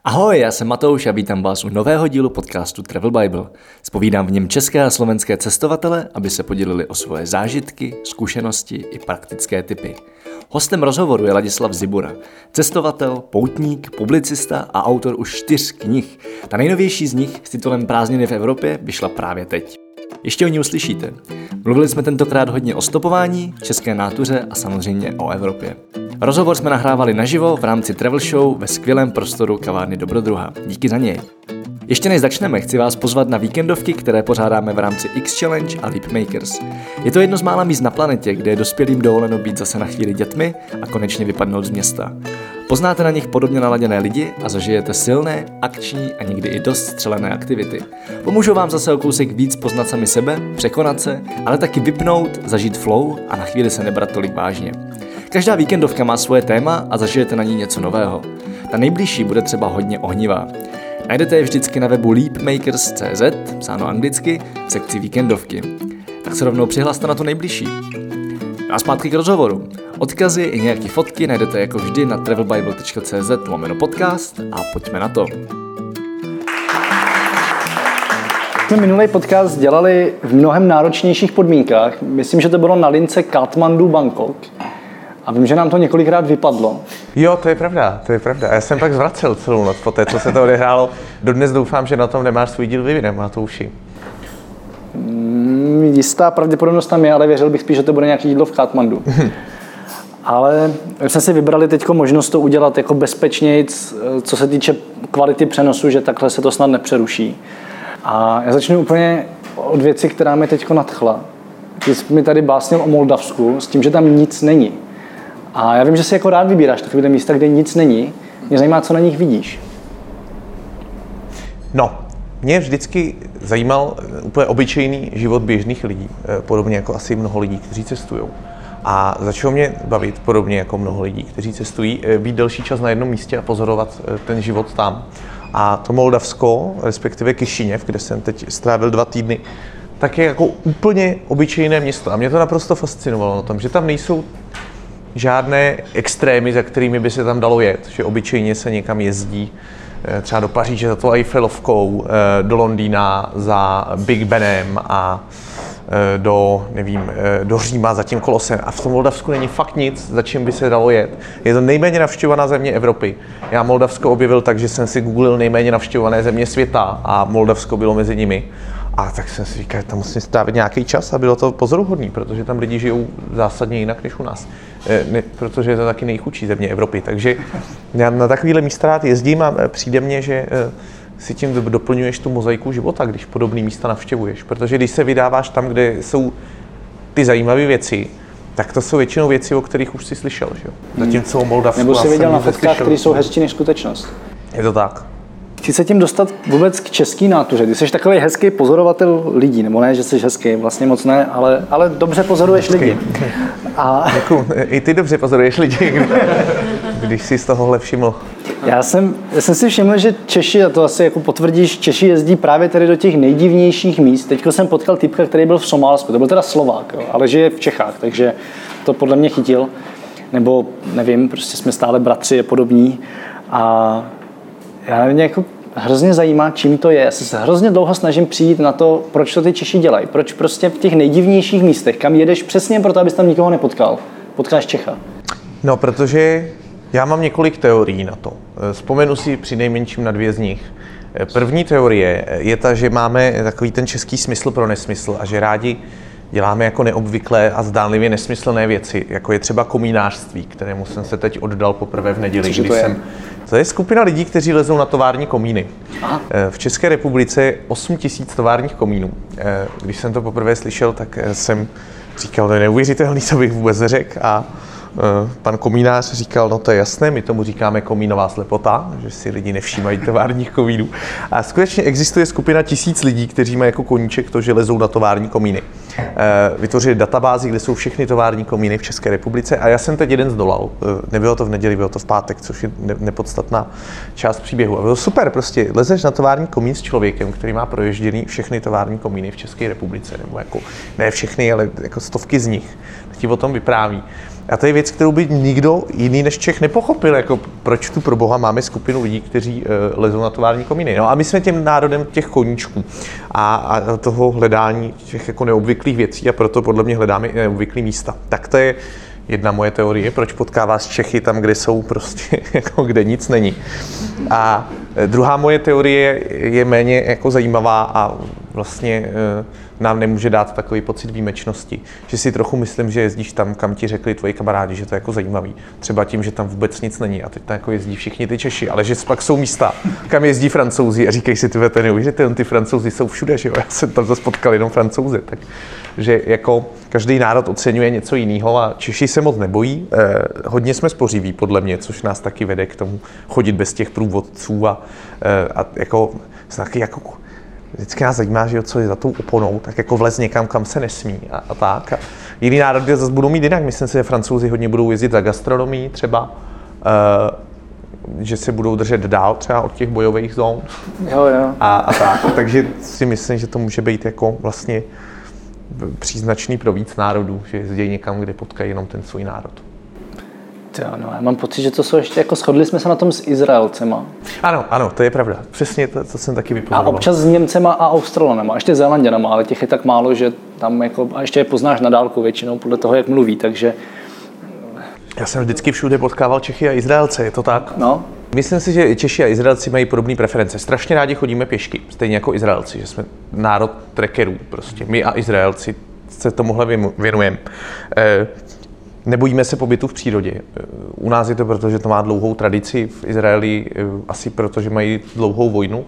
Ahoj, já jsem Matouš a vítám vás u nového dílu podcastu Travel Bible. Zpovídám v něm české a slovenské cestovatele, aby se podělili o svoje zážitky, zkušenosti i praktické tipy. Hostem rozhovoru je Ladislav Zibura, cestovatel, poutník, publicista a autor už 4 knih. Ta nejnovější z nich s titulem Prázdniny v Evropě vyšla právě teď. Ještě o ní uslyšíte. Mluvili jsme tentokrát hodně o stopování, české nátuře a samozřejmě o Evropě. Rozhovor jsme nahrávali naživo v rámci travel show ve skvělém prostoru kavárny Dobrodruha. Díky za něj. Ještě než začneme, chci vás pozvat na víkendovky, které pořádáme v rámci X-Challenge a Leap Makers. Je to jedno z mála míst na planetě, kde je dospělým dovoleno být zase na chvíli dětmi a konečně vypadnout z města. Poznáte na nich podobně naladěné lidi a zažijete silné, akční a někdy i dost střelené aktivity. Pomůžou vám zase o kousek víc poznat sami sebe, překonat se, ale taky vypnout, zažít flow a na chvíli se nebrat tolik vážně. Každá víkendovka má svoje téma a zažijete na ní něco nového. Ta nejbližší bude třeba hodně ohnivá. Najdete je vždycky na webu leapmakers.cz, psáno anglicky, v sekci víkendovky. Tak se rovnou přihlaste na tu nejbližší. A zpátky k rozhovoru. Odkazy i nějaké fotky najdete jako vždy na travelbible.cz/podcast a pojďme na to. Jsme minulý podcast dělali v mnohem náročnějších podmínkách. Myslím, že to bylo na lince Kathmandu Bangkok. A vím, že nám to několikrát vypadlo. Jo, to je pravda. Já jsem pak zvracel celou noc po té, co se to odehrálo. Dodnes doufám, že na tom nemáš svůj díl vyvinem, Matouši. Jistá pravděpodobnost tam je, ale věřil bych spíš, že to bude nějaký jídlo v Kathmandu. Ale jsme si vybrali teď možnost to udělat jako bezpečnějc, co se týče kvality přenosu, že takhle se to snad nepřeruší. A já začnu úplně od věci, která mě teď nadchla. Ty jsi mi tady básnil o Moldavsku s tím, že tam nic není. A já vím, že si jako rád vybíráš takové místa, kde nic není. Mě zajímá, co na nich vidíš. No, mě vždycky zajímal úplně obyčejný život běžných lidí, podobně jako asi mnoho lidí, kteří cestují. A začalo mě bavit, podobně jako mnoho lidí, kteří cestují, být delší čas na jednom místě a pozorovat ten život tam. A to Moldavsko, respektive Kišiněv, kde jsem teď strávil 2 týdny, tak je jako úplně obyčejné město. A mě to naprosto fascinovalo na tom, že tam nejsou žádné extrémy, za kterými by se tam dalo jet, že obyčejně se někam jezdí, třeba do Paříže za tou Eiffelovkou, do Londýna za Big Benem a do Říma za tím Kolosem. A v tom Moldavsku není fakt nic, za čím by se dalo jet. Je to nejméně navštěvovaná země Evropy. Já Moldavsko objevil tak, že jsem si googlil nejméně navštěvované země světa a Moldavsko bylo mezi nimi. A tak jsem si říkal, že tam musím strávit nějaký čas a bylo to pozoruhodný, protože tam lidi žijou zásadně jinak než u nás. Protože je to taky nejchudší země Evropy. Takže já na takovýhle místa rád jezdím a přijde mně, že si tím doplňuješ tu mozaiku života, když podobné místa navštěvuješ. Protože když se vydáváš tam, kde jsou ty zajímavé věci, tak to jsou většinou věci, o kterých už jsi slyšel. Že? Zatímco o Moldavsku nebo jsi viděl na fotkách, které jsou hezčí než skutečnost. Je to tak. Chci se tím dostat vůbec k české nátuře. Ty jsi takový hezký pozorovatel lidí, nebo ne, že jsi hezký, vlastně moc ne, ale dobře pozoruješ lidi. A i ty dobře pozoruješ lidi, když jsi z tohohle všiml. Já jsem si všiml, že Češi, a to asi jako potvrdíš, Češi jezdí právě tady do těch nejdivnějších míst. Teďko jsem potkal typka, který byl v Somálsku, to byl teda Slovák, jo, ale žije v Čechách, takže to podle mě chytil. Nebo nevím, prostě jsme stále bratři, je podobní. A já mě jako hrozně zajímá, čím to je. Já se hrozně dlouho snažím přijít na to, proč to ty Češi dělají. Proč prostě v těch nejdivnějších místech, kam jedeš přesně proto, abys tam nikoho nepotkal, potkáš Čecha. No, protože já mám několik teorií na to. Vzpomenu si přinejmenším na 2 z nich. První teorie je ta, že máme takový ten český smysl pro nesmysl a že rádi děláme jako neobvyklé a zdánlivě nesmyslné věci, jako je třeba komínářství, kterému jsem se teď oddal poprvé v neděli, To je skupina lidí, kteří lezou na tovární komíny. Aha. V České republice je 8 000 továrních komínů. Když jsem to poprvé slyšel, tak jsem říkal, to je neuvěřitelný, co bych vůbec řekl. A pan komínář říkal, no to je jasné, my tomu říkáme komínová slepota, že si lidi nevšímají továrních komínů. A skutečně existuje skupina 1000 lidí, kteří mají jako koníček to, že lezou na tovární komíny. Vytvořili databázi, kde jsou všechny tovární komíny v České republice a já jsem teď jeden zdolal. Nebylo to v neděli, bylo to v pátek, což je nepodstatná část příběhu. A bylo super, prostě lezeš na tovární komín s člověkem, který má proježděný všechny tovární komíny v České republice, nebo jako ne všechny, ale jako stovky z nich. Ti o tom vypráví. A to je věc, kterou by nikdo jiný než Čech nepochopil, jako proč tu pro boha máme skupinu lidí, kteří lezou na tovární komíny. No a my jsme tím národem těch koníčků a toho hledání těch jako neobvyklých věcí a proto podle mě hledáme i neobvyklý místa. Tak to je jedna moje teorie, proč potkává z Čechy tam, kde jsou prostě, jako kde nic není. A druhá moje teorie je méně jako zajímavá a vlastně nám nemůže dát takový pocit výjimečnosti, že si trochu myslím, že jezdíš tam, kam ti řekli tvoji kamarádi, že to je jako zajímavý. Třeba tím, že tam vůbec nic není a teď tam jako jezdí všichni ty Češi, ale že pak jsou místa, kam jezdí Francouzi a říkají si, to je neuvěřitelné, ty Francouzi jsou všude, že jo, já jsem tam potkal jenom Francouzi, takže jako každý národ oceňuje něco jiného a Češi se moc nebojí. Hodně jsme spořiví podle mě, což nás taky vede k tomu chodit bez těch průvodců a jako taky jako vždycky nás zajímá, že co je za tou oponou, tak jako vlez někam, kam se nesmí a tak. A jiný národy zase budou mít jinak. Myslím si, že Francouzi hodně budou jezdit za gastronomií třeba, že se budou držet dál třeba od těch bojových zón. Jo. A tak. Takže si myslím, že to může být jako vlastně příznačný pro víc národů, že jezdí někam, kde potkají jenom ten svůj národ. No, já mám pocit, že to jsou ještě jako shodli jsme se na tom s Izraelcema. Ano, to je pravda. Přesně to jsem taky vypozoroval. A občas s Němcema a Australanema, ještě Zélanděnama, ale těch je tak málo, že tam jako, a ještě je poznáš na dálku většinou podle toho, jak mluví, takže... Já jsem vždycky všude potkával Čechy a Izraelce, je to tak? No. Myslím si, že Češi a Izraelci mají podobné preference. Strašně rádi chodíme pěšky, stejně jako Izraelci, že jsme národ trekerů prostě. My a Izraelci se tomuhle věnujeme. Nebojíme se pobytu v přírodě. U nás je to proto, že to má dlouhou tradici, v Izraeli asi proto, že mají dlouhou vojnu.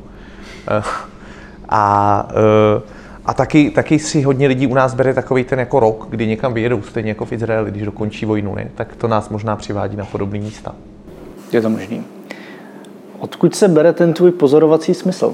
A taky si hodně lidí u nás bere takový ten jako rok, kdy někam vyjedou, stejně jako v Izraeli, když dokončí vojnu, ne? Tak to nás možná přivádí na podobné místa. Je to možný. Odkud se bere ten tvůj pozorovací smysl?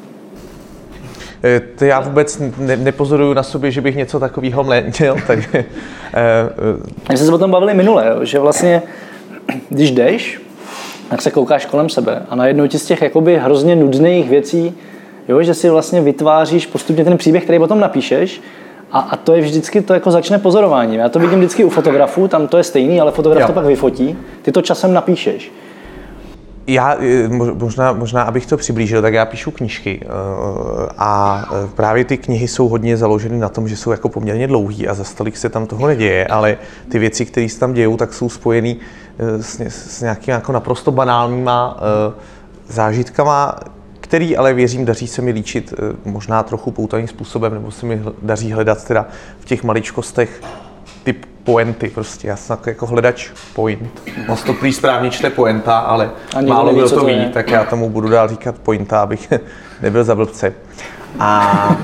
To já vůbec nepozoruju na sobě, že bych něco takového měl, takže... My jsme se o tom bavili minule, jo, že vlastně, když jdeš, tak se koukáš kolem sebe a najednou ti z těch jakoby hrozně nudných věcí, jo, že si vlastně vytváříš postupně ten příběh, který potom napíšeš a to je vždycky, to jako začne pozorováním. Já to vidím vždycky u fotografů, tam to je stejný, ale fotograf to pak vyfotí, ty to časem napíšeš. Já možná, abych to přiblížil, tak já píšu knížky a právě ty knihy jsou hodně založeny na tom, že jsou jako poměrně dlouhý a za stolik se tam toho neděje, ale ty věci, které se tam dějou, tak jsou spojený s nějakými jako naprosto banálníma zážitkama, který ale věřím, daří se mi líčit možná trochu poutavým způsobem, nebo se mi daří hledat teda v těch maličkostech ty pointy prostě. Já jsem jako hledač point. On to prý správně čte pointa, ale málo kdo to ví, tak já tomu budu dál říkat pointa, abych nebyl za blbce. A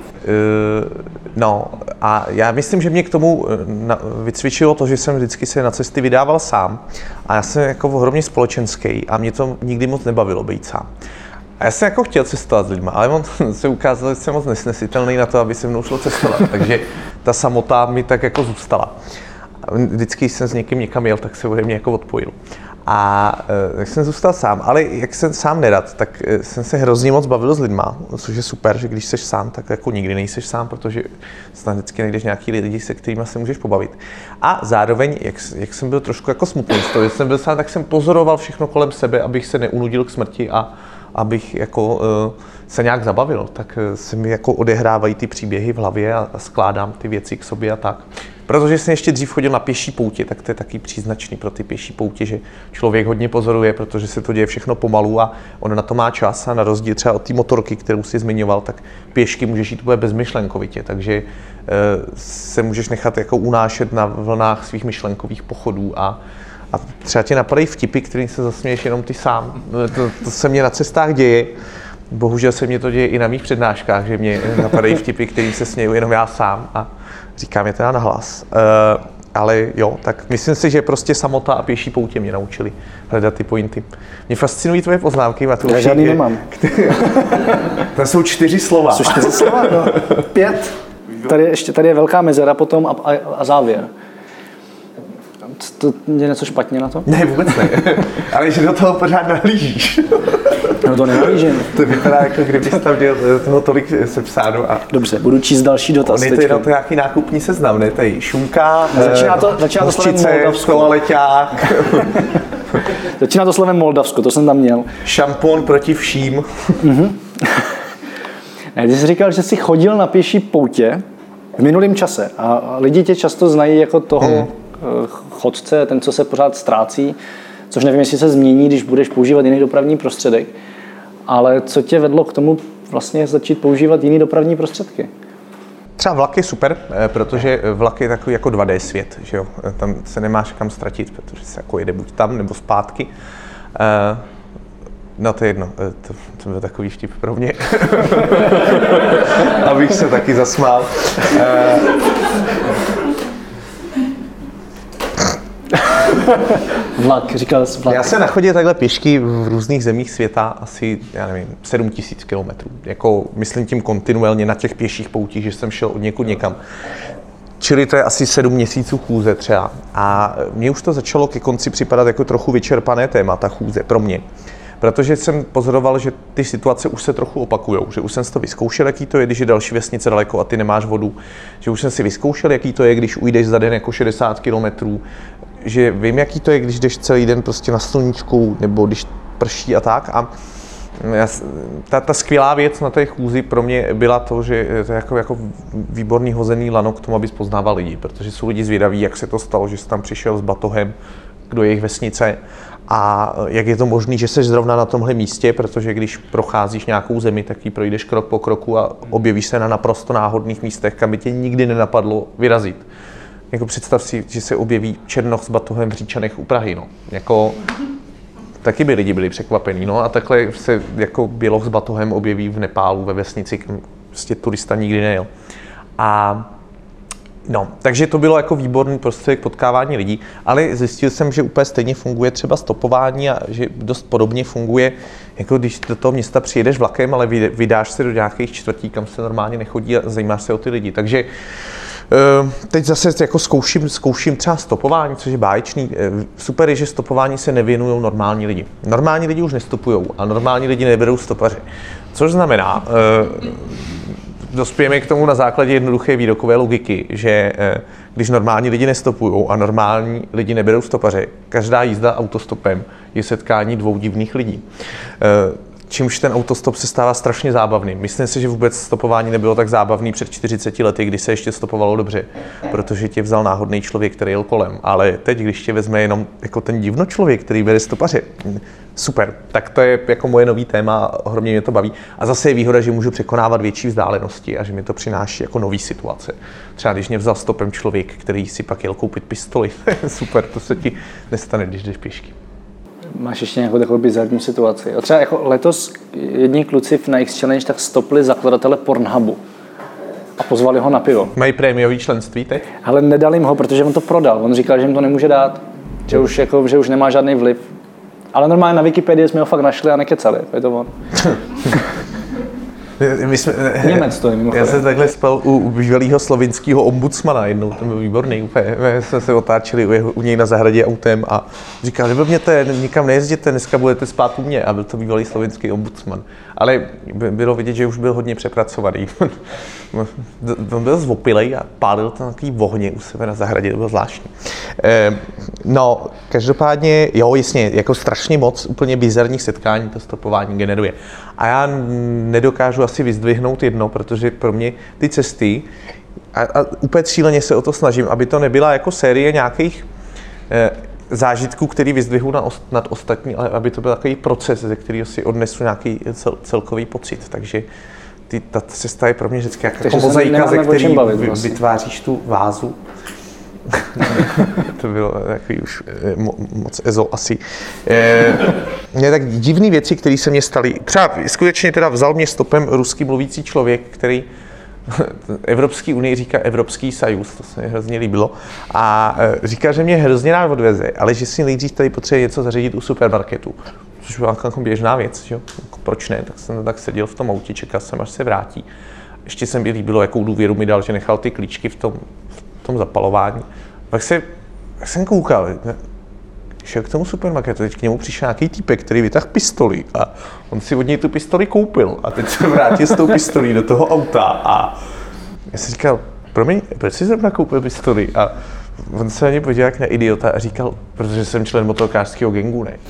a já myslím, že mě k tomu vycvičilo to, že jsem vždycky se na cesty vydával sám a já jsem jako ohromně společenský a mě to nikdy moc nebavilo být sám. A já jsem jako chtěl cestovat s lidmi, ale on se ukázal, že jsem moc nesnesitelný na to, aby se mnou šlo cestovat, takže ta samota mi tak jako zůstala. Vždycky jsem s někým někam jel, tak se ode mě jako odpojil. A tak jsem zůstal sám, ale jak jsem sám nerad, tak jsem se hrozně moc bavil s lidma, což je super, že když jsi sám, tak jako nikdy nejseš sám, protože tam vždycky najdeš nějaký lidi, se kterými se můžeš pobavit. A zároveň, jak jsem byl trošku jako smutný z toho, že jsem byl sám, tak jsem pozoroval všechno kolem sebe, abych se neunudil k smrti a abych jako se nějak zabavil, tak se mi jako odehrávají ty příběhy v hlavě a skládám ty věci k sobě a tak. Protože jsem ještě dřív chodil na pěší poutě, tak to je taky příznačný pro ty pěší poutě, že člověk hodně pozoruje, protože se to děje všechno pomalu a on na to má čas a na rozdíl třeba od té motorky, kterou jsi zmiňoval, tak pěšky můžeš jít úplně bezmyšlenkovitě, takže se můžeš nechat jako unášet na vlnách svých myšlenkových pochodů a třeba tě napadají vtipy, kterým se zasměješ jenom ty sám. To se mně na cestách děje. Bohužel se mně to děje i na mých přednáškách, že mě napadají vtipy, kterým se směju jenom já sám a říkám je teda nahlas. Ale jo, tak myslím si, že prostě samota a pěší poutě mě naučili hledat ty pointy. Mě fascinují tvoje poznámky, Matouši. Já žádný nemám. To jsou 4 slova. Jsou 4 slova? No. 5. Tady je velká mezera potom a závěr. To je něco špatně na to? Ne, vůbec ne. Ale že do toho pořád nahlížíš. No to nenahlížím. To vypadá, jako kdybys tam měl toho tolik sepsáno. A dobře, budu číst další dotaz. On je to jenom to nějaký nákupní seznam, ne? Tady šunka, začíná to slovem Moldavsko. Toaleťák. Začíná to slovem Moldavsko, to jsem tam měl. Šampon proti vším. Ty jsi říkal, že jsi chodil na pěší poutě v minulém čase a lidi tě často znají jako toho chodce, ten, co se pořád ztrácí, což nevím, jestli se změní, když budeš používat jiný dopravní prostředek, ale co tě vedlo k tomu vlastně začít používat jiný dopravní prostředky? Třeba vlak je super, protože vlak je takový jako 2D svět, že jo? Tam se nemáš kam ztratit, protože se jako jede buď tam, nebo zpátky. No to je jedno, to byl takový vtip pro mě, abych se taky zasmál. Vlak, říkal jsi vlak. Já se nachodil takhle pěšky v různých zemích světa asi, já nevím, 7000 kilometrů. Jako myslím tím kontinuálně na těch pěších poutích, že jsem šel od někud někam. Čili to je asi 7 měsíců chůze třeba. A mně už to začalo ke konci připadat jako trochu vyčerpané téma, ta chůze pro mě. Protože jsem pozoroval, že ty situace už se trochu opakujou, že už jsem si to vyzkoušel, jaký to je, když je další vesnice daleko a ty nemáš vodu, že už jsem si vyzkoušel, jaký to je, když ujdeš za den jako 60 kilometrů, že vím, jaký to je, když jdeš celý den prostě na sluníčku, nebo když prší a tak. A ta skvělá věc na té chůzi pro mě byla to, že to je jako výborný hozený lano k tomu, abys poznával lidi, protože jsou lidi zvědaví, jak se to stalo, že jsi tam přišel s batohem do jejich vesnice a jak je to možné, že jsi zrovna na tomhle místě, protože když procházíš nějakou zemi, tak ji projdeš krok po kroku a objevíš se na naprosto náhodných místech, kam by tě nikdy nenapadlo vyrazit. Jako představ si, že se objeví černoch s batohem v Říčanech u Prahy, no. Jako taky by lidi byli překvapení, no. A takhle se jako běloch s batohem objeví v Nepálu ve vesnici, kam prostě turista nikdy nejel. A no, takže to bylo jako výborný prostředek potkávání lidí, ale zjistil jsem, že úplně stejně funguje třeba stopování a že dost podobně funguje, jako když do toho města přijedeš vlakem, ale vydáš se do nějakých čtvrtí, kam se normálně nechodí a zajímáš se o ty lidi. Takže teď zase jako zkouším třeba stopování, což je báječný. Super je, že stopování se nevěnují normální lidi. Normální lidi už nestopujou a normální lidi neberou stopaři. Což znamená, dospějeme k tomu na základě jednoduché výrokové logiky, že když normální lidi nestopují a normální lidi neberou stopaře, každá jízda autostopem je setkání dvou divných lidí. Čímž ten autostop se stává strašně zábavný. Myslím si, že vůbec stopování nebylo tak zábavný před 40 lety, kdy se ještě stopovalo dobře, protože tě vzal náhodný člověk, který jel kolem. Ale teď, když tě vezme jenom jako ten divnočlověk, který bere stopaře, super. Tak to je jako moje nový téma, ohromně mě to baví. A zase je výhoda, že můžu překonávat větší vzdálenosti a že mi to přináší jako nový situace. Třeba když mě vzal stopem člověk, který si pak jel koupit pistoli. Super, to se ti nestane, když jdeš pěšky. Máš ještě nějakou takovou bizarní situaci. A třeba jako letos jedni kluci na X-Challenge tak stopli zakladatele Pornhubu a pozvali ho na pivo. Mají prémiový členství teď? Ale nedali jim ho, protože on to prodal. On říkal, že jim to nemůže dát, že už nemá žádný vliv. Ale normálně na Wikipedii jsme ho fakt našli a nekecali. Je to on. Němec to je mimochodem. Já jsem takhle spal u bývalého slovinského ombudsmana jednou, ten byl výborný úplně. My jsme se otáčeli u něj na zahradě autem a říkal, že neblbněte, nikam nejezděte, dneska budete spát u mě. A byl to bývalý slovinský ombudsman. Ale bylo vidět, že už byl hodně přepracovaný. On byl zvopilej a pálil tam takový ohně u sebe na zahradě, to bylo zvláštní. No, každopádně, jo, jasně, jako strašně moc úplně bizarních setkání to stopování generuje. A já nedokážu asi vyzdvihnout jedno, protože pro mě ty cesty, a úplně cíleně se o to snažím, aby to nebyla jako série nějakých zážitků, který vyzdvihu nad ostatní, ale aby to byl takový proces, ze kterého si odnesu nějaký celkový pocit. Takže ta cesta je pro mě vždycky jako mozaika, ze který vytváříš tu vázu. To bylo takový už moc ezo asi. Tak divné věci, které se mně staly. Třeba skutečně teda vzal mě stopem ruský mluvící člověk, který Evropské unii říká Evropský sajus, to se mi hrozně líbilo. A říká, že mě hrozně rád odveze, ale že si nejdřív tady potřebuje něco zařídit u supermarketu. Což byla jako běžná věc, že jo? Proč ne? Tak jsem tak seděl v tom autě, čekal jsem, až se vrátí. Ještě se mi líbilo, jakou důvěru mi dal, že nechal ty klíčky v tom zapalování. Pak se jsem koukal, šel k tomu supermarketu, teď k němu přišel nějaký týpek, který vytáhl pistoli a on si od něj tu pistoli koupil a teď se vrátil s tou pistolí do toho auta a já jsem říkal, promiň, proč jsi zrovna koupil pistoli? A on se na mě podíval jak na idiota a říkal, protože jsem člen motorkářského gangu, ne?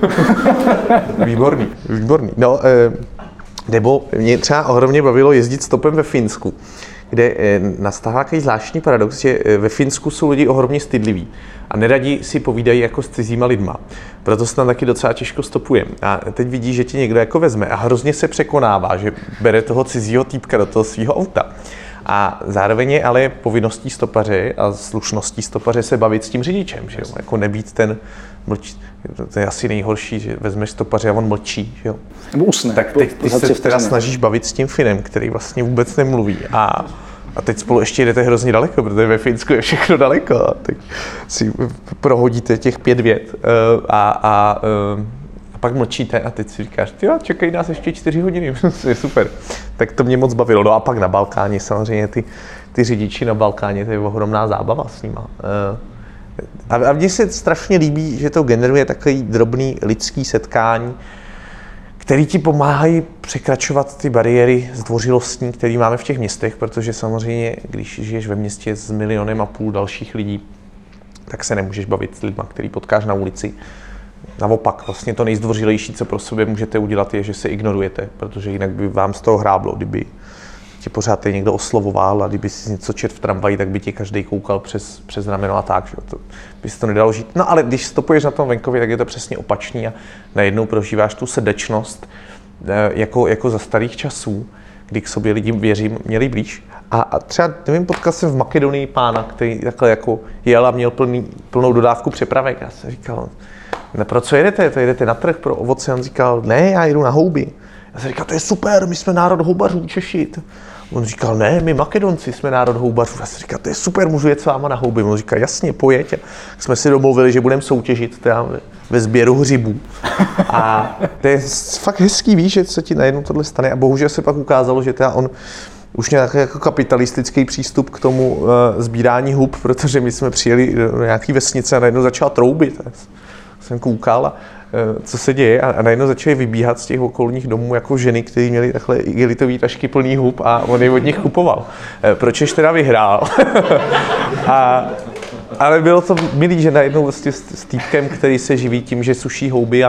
Výborný. No, nebo mě třeba ohromně bavilo jezdit stopem ve Finsku, kde nastává takový zvláštní paradox, že ve Finsku jsou lidi ohromně stydliví a neradi si povídají jako s cizíma lidma. Proto se tam taky docela těžko stopuje. A teď vidí, že tě někdo jako vezme a hrozně se překonává, že bere toho cizího týpka do toho svého auta. A zároveň je ale povinností stopaře a slušností stopaře se bavit s tím řidičem, že jo? Jako nebýt ten mlčí. To je asi nejhorší, že vezmeš stopaře a on mlčí, že jo? Nebo usne. Tak teď ty se teda snažíš bavit s tím Finem, který vlastně vůbec nemluví. A teď spolu ještě jdete hrozně daleko, protože ve Finsku je všechno daleko. A teď si prohodíte těch 5 vět a pak mlčíte a teď si říkáš, jo, čekají nás ještě 4 hodiny, to je super. Tak to mě moc bavilo. No a pak na Balkáně, samozřejmě ty řidiči na Balkáně, to je ohromná zábava s nima. A mně se strašně líbí, že to generuje takový drobný lidský setkání, který ti pomáhají překračovat ty bariéry zdvořilostní, které máme v těch městech, protože samozřejmě, když žiješ ve městě s 1,5 milionu dalších lidí, tak se nemůžeš bavit s lidma, který potkáš na ulici. Naopak, vlastně to nejzdvořilejší, co pro sebe můžete udělat, je, že se ignorujete, protože jinak by vám z toho hráblo, kdyby tě pořád někdo oslovoval a kdyby si něco čet v tramvaji, tak by tě každý koukal přes rameno a tak, že to by se to nedalo žít. No ale když stopuješ na tom venkově, tak je to přesně opačný a najednou prožíváš tu srdečnost, jako za starých časů, kdy k sobě lidi, věřím, měli blíž. A třeba, nevím, potkal jsem v Makedonii pána, který takhle jako jel a měl plnou dodávku přepravek. Já jsem říkal, no, pro co jedete? To jedete na trh pro ovoce? A on říkal, ne, já jedu na houby. Já jsem říkal, to je super, my jsme národ houbařů, Češi. On říkal, ne, my Makedonci jsme národ houbařů. Já jsem říkal, to je super, můžu jet s váma na houby. On říkal, jasně, pojeď. A jsme si domluvili, že budeme soutěžit teda ve sběru hřibů. A to je fakt hezký, víš, že se ti najednou tohle stane. A bohužel se pak ukázalo, že teda on už měl jako kapitalistický přístup k tomu sbírání hub, protože my jsme přijeli do nějaký vesnice a najednou začal troubit. Jsem koukal a co se děje a najednou začaly vybíhat z těch okolních domů jako ženy, které měly takhle igelitové tašky plný hub a on je od nich kupoval. Pročež teda vyhrál. Ale bylo to milý, že najednou vlastně s týpkem, který se živí tím, že suší houby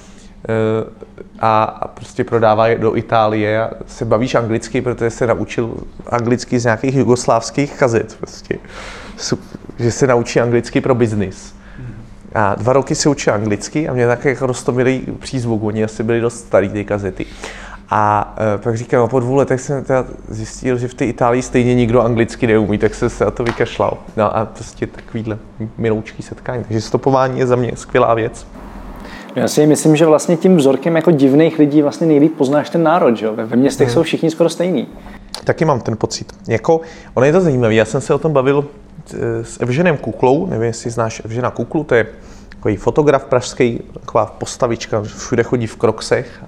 a prostě prodává je do Itálie a se bavíš anglicky, protože se naučil anglicky z nějakých jugoslávských kazet. Prostě. Že se naučí anglicky pro biznis. A 2 roky se učil anglicky a mě tak jako roztomilý přízvuk, oni asi byli dost starý, ty kazety. A pak říkám, no po 2 letech jsem teda zjistil, že v té Itálii stejně nikdo anglicky neumí, tak jsem se na to vykašlal. No a prostě takovýhle miloučký setkání. Takže stopování je za mě skvělá věc. Já si myslím, že vlastně tím vzorkem jako divných lidí vlastně nejlíp poznáš ten národ, že jo? Ve městech jsou všichni skoro stejný. Taky mám ten pocit. Jako, ono je to zajímavé, já jsem se o tom bavil s Evženem Kuklou, nevím, jestli znáš Evžena Kuklu, to je takový fotograf pražský, taková postavička, všude chodí v kroksech.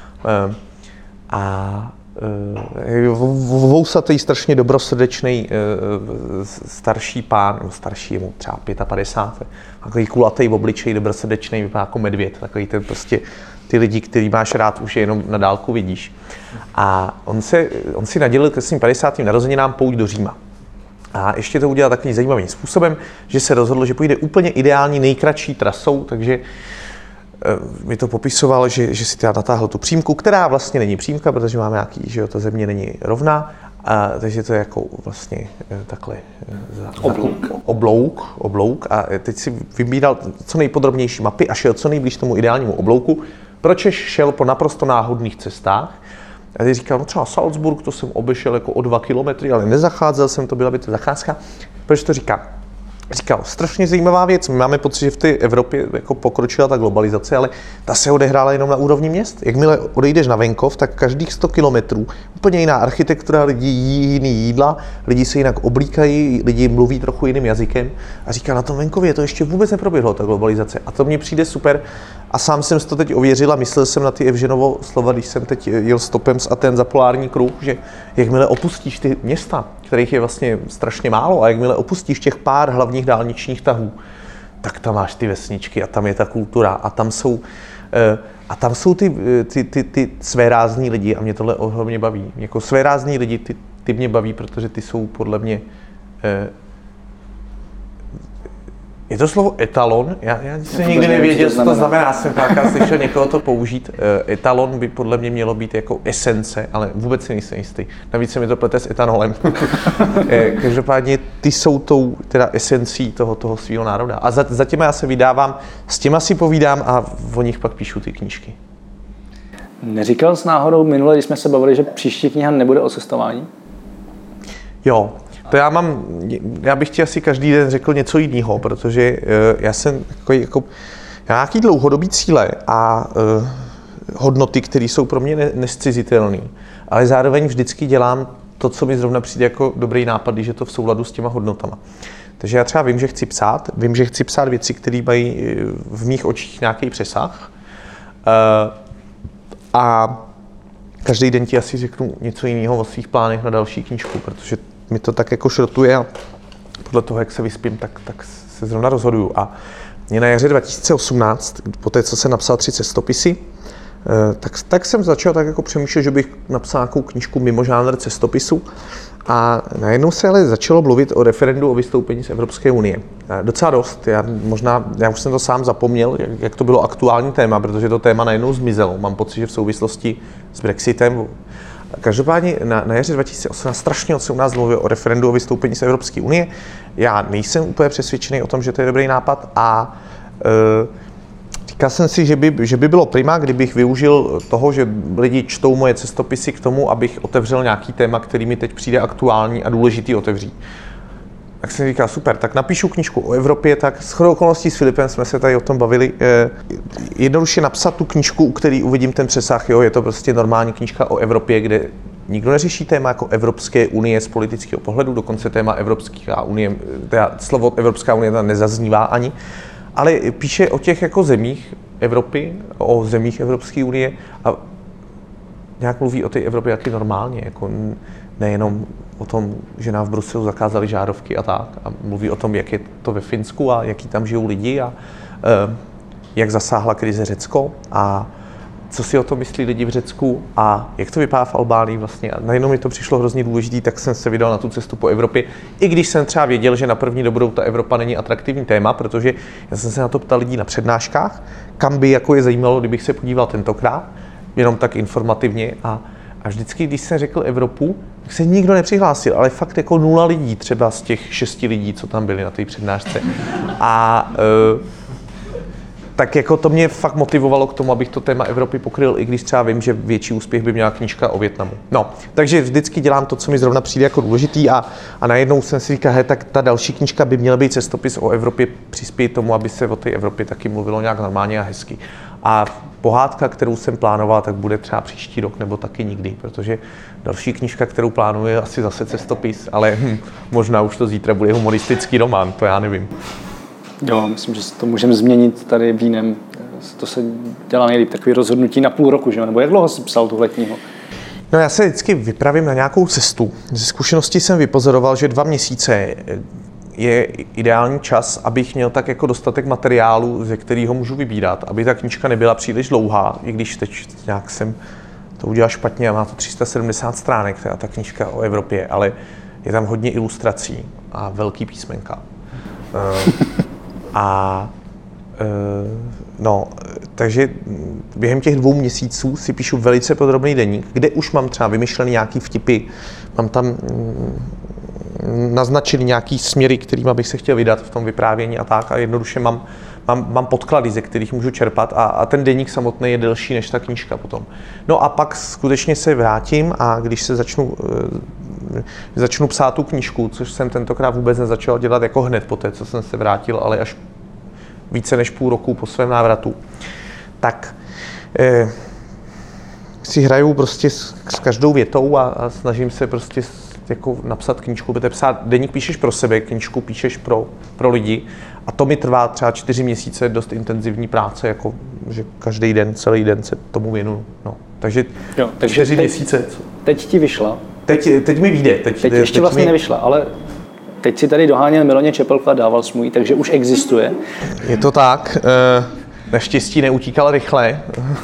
Vousatý, strašně dobrosrdečný starší pán, starší, mu třeba 55, takový kulatý v obličeji, dobrosrdečný, vypadá jako medvěd, takový ten prostě ty lidi, který máš rád, už je jenom na dálku vidíš. A on si nadělil ke svým 50. narozeninám pouť do Říma. A ještě to udělal takovým zajímavým způsobem, že se rozhodl, že půjde úplně ideální nejkratší trasou, takže mi to popisoval, že si teda natáhl tu přímku, která vlastně není přímka, protože máme nějaký, že jo, ta země není rovná, takže to je jako vlastně takhle oblouk a teď si vybíral co nejpodrobnější mapy a šel co nejblíž tomu ideálnímu oblouku, proč šel po naprosto náhodných cestách. A teď říkal, no třeba Salzburg, to jsem obešel jako o 2 kilometry, ale nezacházel jsem, to byla by to zacházka. Proč to říkám? Říkal, strašně zajímavá věc. My máme pocit, že v té Evropě jako pokročila ta globalizace, ale ta se odehrála jenom na úrovni měst. Jakmile odejdeš na venkov, tak každých 100 kilometrů úplně jiná architektura, lidi jí jiný jídla, lidi se jinak oblíkají, lidi mluví trochu jiným jazykem. A říká, na tom venkově to ještě vůbec neproběhlo, ta globalizace. A to mně přijde super. A sám jsem si to teď ověřil a myslel jsem na ty Evženovo slova, když jsem teď jel stopem z Aten za polární kruh, že jakmile opustíš ty města, kterých je vlastně strašně málo, a jakmile opustíš těch pár hlavních dálničních tahů, tak tam máš ty vesničky a tam je ta kultura a tam jsou ty svérázní lidi a mě tohle ohromně baví. Jako svérázní lidi, ty mě baví, protože ty jsou podle mě je to slovo etalon? Já jsem nikdy nevěděl, co to znamená. Jsem párkrát slyšel někoho to použít. Etalon by podle mě mělo být jako esence, ale vůbec si nejsem jistý. Navíc se mi to plete s etanolem. Každopádně ty jsou tou teda esencí toho svého národa. A za těma já se vydávám, s těma si povídám a o nich pak píšu ty knížky. Neříkal jsi náhodou minule, když jsme se bavili, že příští kniha nebude o cestování? Jo. To já bych ti asi každý den řekl něco jiného, protože já jsem jako nějaký dlouhodobý cíle a hodnoty, které jsou pro mě nescizitelné, ale zároveň vždycky dělám to, co mi zrovna přijde jako dobrý nápad, když je to v souladu s těma hodnotama. Takže já třeba vím, že chci psát věci, které mají v mých očích nějaký přesah a každý den ti asi řeknu něco jiného o svých plánech na další knížku, protože mi to tak jako šrotuje a podle toho, jak se vyspím, tak se zrovna rozhoduju. A mě na jaře 2018, po té, co jsem napsal 3 cestopisy, tak jsem začal tak jako přemýšlet, že bych napsal nějakou knížku mimo žánr cestopisu. A najednou se ale začalo mluvit o referendu o vystoupení z Evropské unie. Docela dost. Já už jsem to sám zapomněl, jak to bylo aktuální téma, protože to téma najednou zmizelo. Mám pocit, že v souvislosti s Brexitem. Každopádně na jaře 2018 strašně se u nás mluvilo o referendu o vystoupení z Evropské unie. Já nejsem úplně přesvědčený o tom, že to je dobrý nápad a říkal jsem si, že by bylo prima, kdybych využil toho, že lidi čtou moje cestopisy k tomu, abych otevřel nějaký téma, který mi teď přijde aktuální a důležitý otevřít. Tak jsem říkal, super, tak napíšu knížku o Evropě, tak shodou okolností s Filipem jsme se tady o tom bavili. Jednoduše napsat tu knížku, u který uvidím ten přesah, je to prostě normální knížka o Evropě, kde nikdo neřeší téma jako Evropské unie z politického pohledu, dokonce téma Evropská unie, teda slovo Evropská unie tam nezaznívá ani, ale píše o těch jako zemích Evropy, o zemích Evropské unie a nějak mluví o té Evropě taky normálně, jako nejenom o tom, že nám v Bruselu zakázali žárovky a tak. A mluví o tom, jak je to ve Finsku a jaký tam žijou lidi a jak zasáhla krize Řecko a co si o tom myslí lidi v Řecku a jak to vypadá v Albánii vlastně. A najednou mi to přišlo hrozně důležitý, tak jsem se vydal na tu cestu po Evropě, i když jsem třeba věděl, že na první dobrou ta Evropa není atraktivní téma, protože já jsem se na to ptal lidí na přednáškách, kam by jako je zajímalo, kdybych se podíval tentokrát, jenom tak informativně a vždycky, když jsem řekl Evropu, tak se nikdo nepřihlásil, ale fakt jako 0 lidí, třeba z těch 6 lidí, co tam byli na té přednášce. A tak jako to mě fakt motivovalo k tomu, abych to téma Evropy pokryl, i když třeba vím, že větší úspěch by měla knížka o Vietnamu. No, takže vždycky dělám to, co mi zrovna přijde jako důležitý a najednou jsem si říkal, tak ta další knížka by měla být cestopis o Evropě, přispěje tomu, aby se o té Evropě taky mluvilo nějak normálně a hezky. A pohádka, kterou jsem plánoval, tak bude třeba příští rok nebo taky nikdy, protože další knížka, kterou plánuji, je asi zase cestopis, ale možná už to zítra bude humoristický román, to já nevím. Jo, myslím, že to můžeme změnit tady vínem. To se dělá nejlíp, takový rozhodnutí na půl roku, že? Nebo jak dlouho jsi psal tu letního? No já se vždycky vypravím na nějakou cestu. Ze zkušenosti jsem vypozoroval, že 2 měsíce je ideální čas, abych měl tak jako dostatek materiálu, ze kterého můžu vybírat, aby ta knížka nebyla příliš dlouhá, i když teď nějak jsem to udělal špatně a má to 370 stránek, ta knížka o Evropě, ale je tam hodně ilustrací a velký písmenka. Takže během těch 2 měsíců si píšu velice podrobný deník, kde už mám třeba vymyšlený nějaký vtipy, mám tam naznačený nějaký směry, kterými bych se chtěl vydat v tom vyprávění a tak a jednoduše mám podklady, ze kterých můžu čerpat a ten deník samotný je delší než ta knížka potom. No a pak skutečně se vrátím a když se začnu psát tu knížku, což jsem tentokrát vůbec nezačal dělat jako hned po té, co jsem se vrátil, ale až více než půl roku po svém návratu, tak si hraju prostě s každou větou a snažím se prostě jako napsat knížku, protože deník píšeš pro sebe, knížku píšeš pro lidi a to mi trvá třeba 4 měsíce dost intenzivní práce, jako že každý den, celý den se tomu věnuju. No. Takže 4 měsíce. Teď ti vyšla. Teď mi vyjde. Teď ještě vlastně nevyšla, ale teď si tady doháněl Miloně Čepelku a dával jsi mu ji, takže už existuje. Je to tak. Naštěstí neutíkal rychle.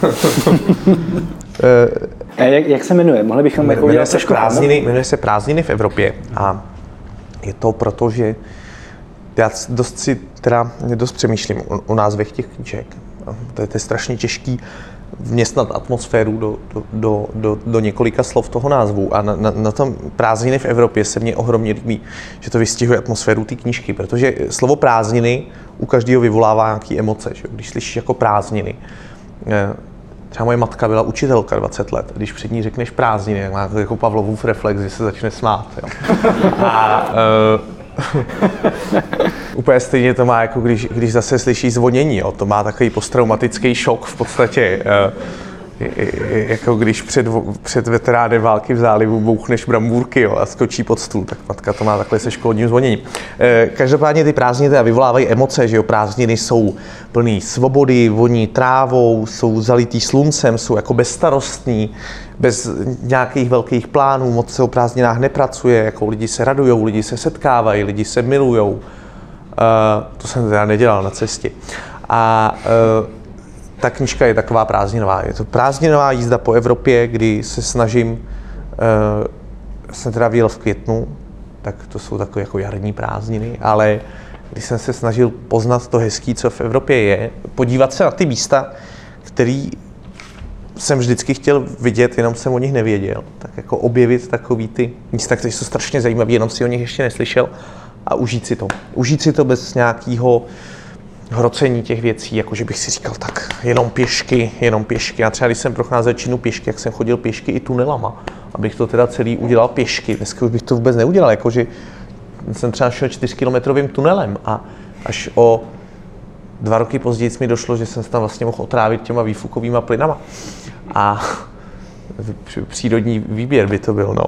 Jak se jmenuje? Mohli bychom jmenuje se Prázdniny v Evropě a je to proto, že já dost přemýšlím o názvech těch knížek. To je strašně těžký vměstnat atmosféru do několika slov toho názvu. A na tom Prázdniny v Evropě se mně ohromně líbí, že to vystihuje atmosféru té knížky, protože slovo prázdniny u každého vyvolává nějaké emoce. Že? Když slyšíš jako prázdniny, třeba moje matka byla učitelka 20 let, když před ní řekneš prázdniny, tak má jako Pavlovův reflex, že se začne smát. Jo. Úplně stejně to má, jako když zase slyší zvonění, jo. To má takový posttraumatický šok v podstatě, jako když před veteránem války v zálivu bouchneš brambůrky, jo, a skočí pod stůl, tak matka to má takhle se školním zvoněním. Každopádně ty prázdniny teda vyvolávají emoce, že jo, prázdniny jsou plný svobody, voní trávou, jsou zalitý sluncem, jsou jako bezstarostní, bez nějakých velkých plánů, moc se o prázdninách nepracuje, jako lidi se radujou, lidi se setkávají, lidi se milujou. To jsem teda nedělal na cestě. A ta knížka je taková prázdninová. Je to prázdninová jízda po Evropě, kdy se snažím, jsem teda vyjel v květnu, tak to jsou takové jako jarní prázdniny, ale když jsem se snažil poznat to hezký, co v Evropě je, podívat se na ty místa, který jsem vždycky chtěl vidět, jenom jsem o nich nevěděl, tak jako objevit takový ty místa, které jsou strašně zajímavé, jenom si o nich ještě neslyšel a užít si to. Užít si to bez nějakého hrocení těch věcí, jako že bych si říkal, tak jenom pěšky. Já třeba, když jsem procházel Čínu pěšky, jak jsem chodil pěšky i tunelama, abych to teda celý udělal pěšky. Dneska už bych to vůbec neudělal, jakože jsem třeba šel 4kilometrovým tunelem a až o 2 roky později mi došlo, že jsem se tam vlastně mohl otrávit těma výfukovýma plynama. A přírodní výběr by to byl, no.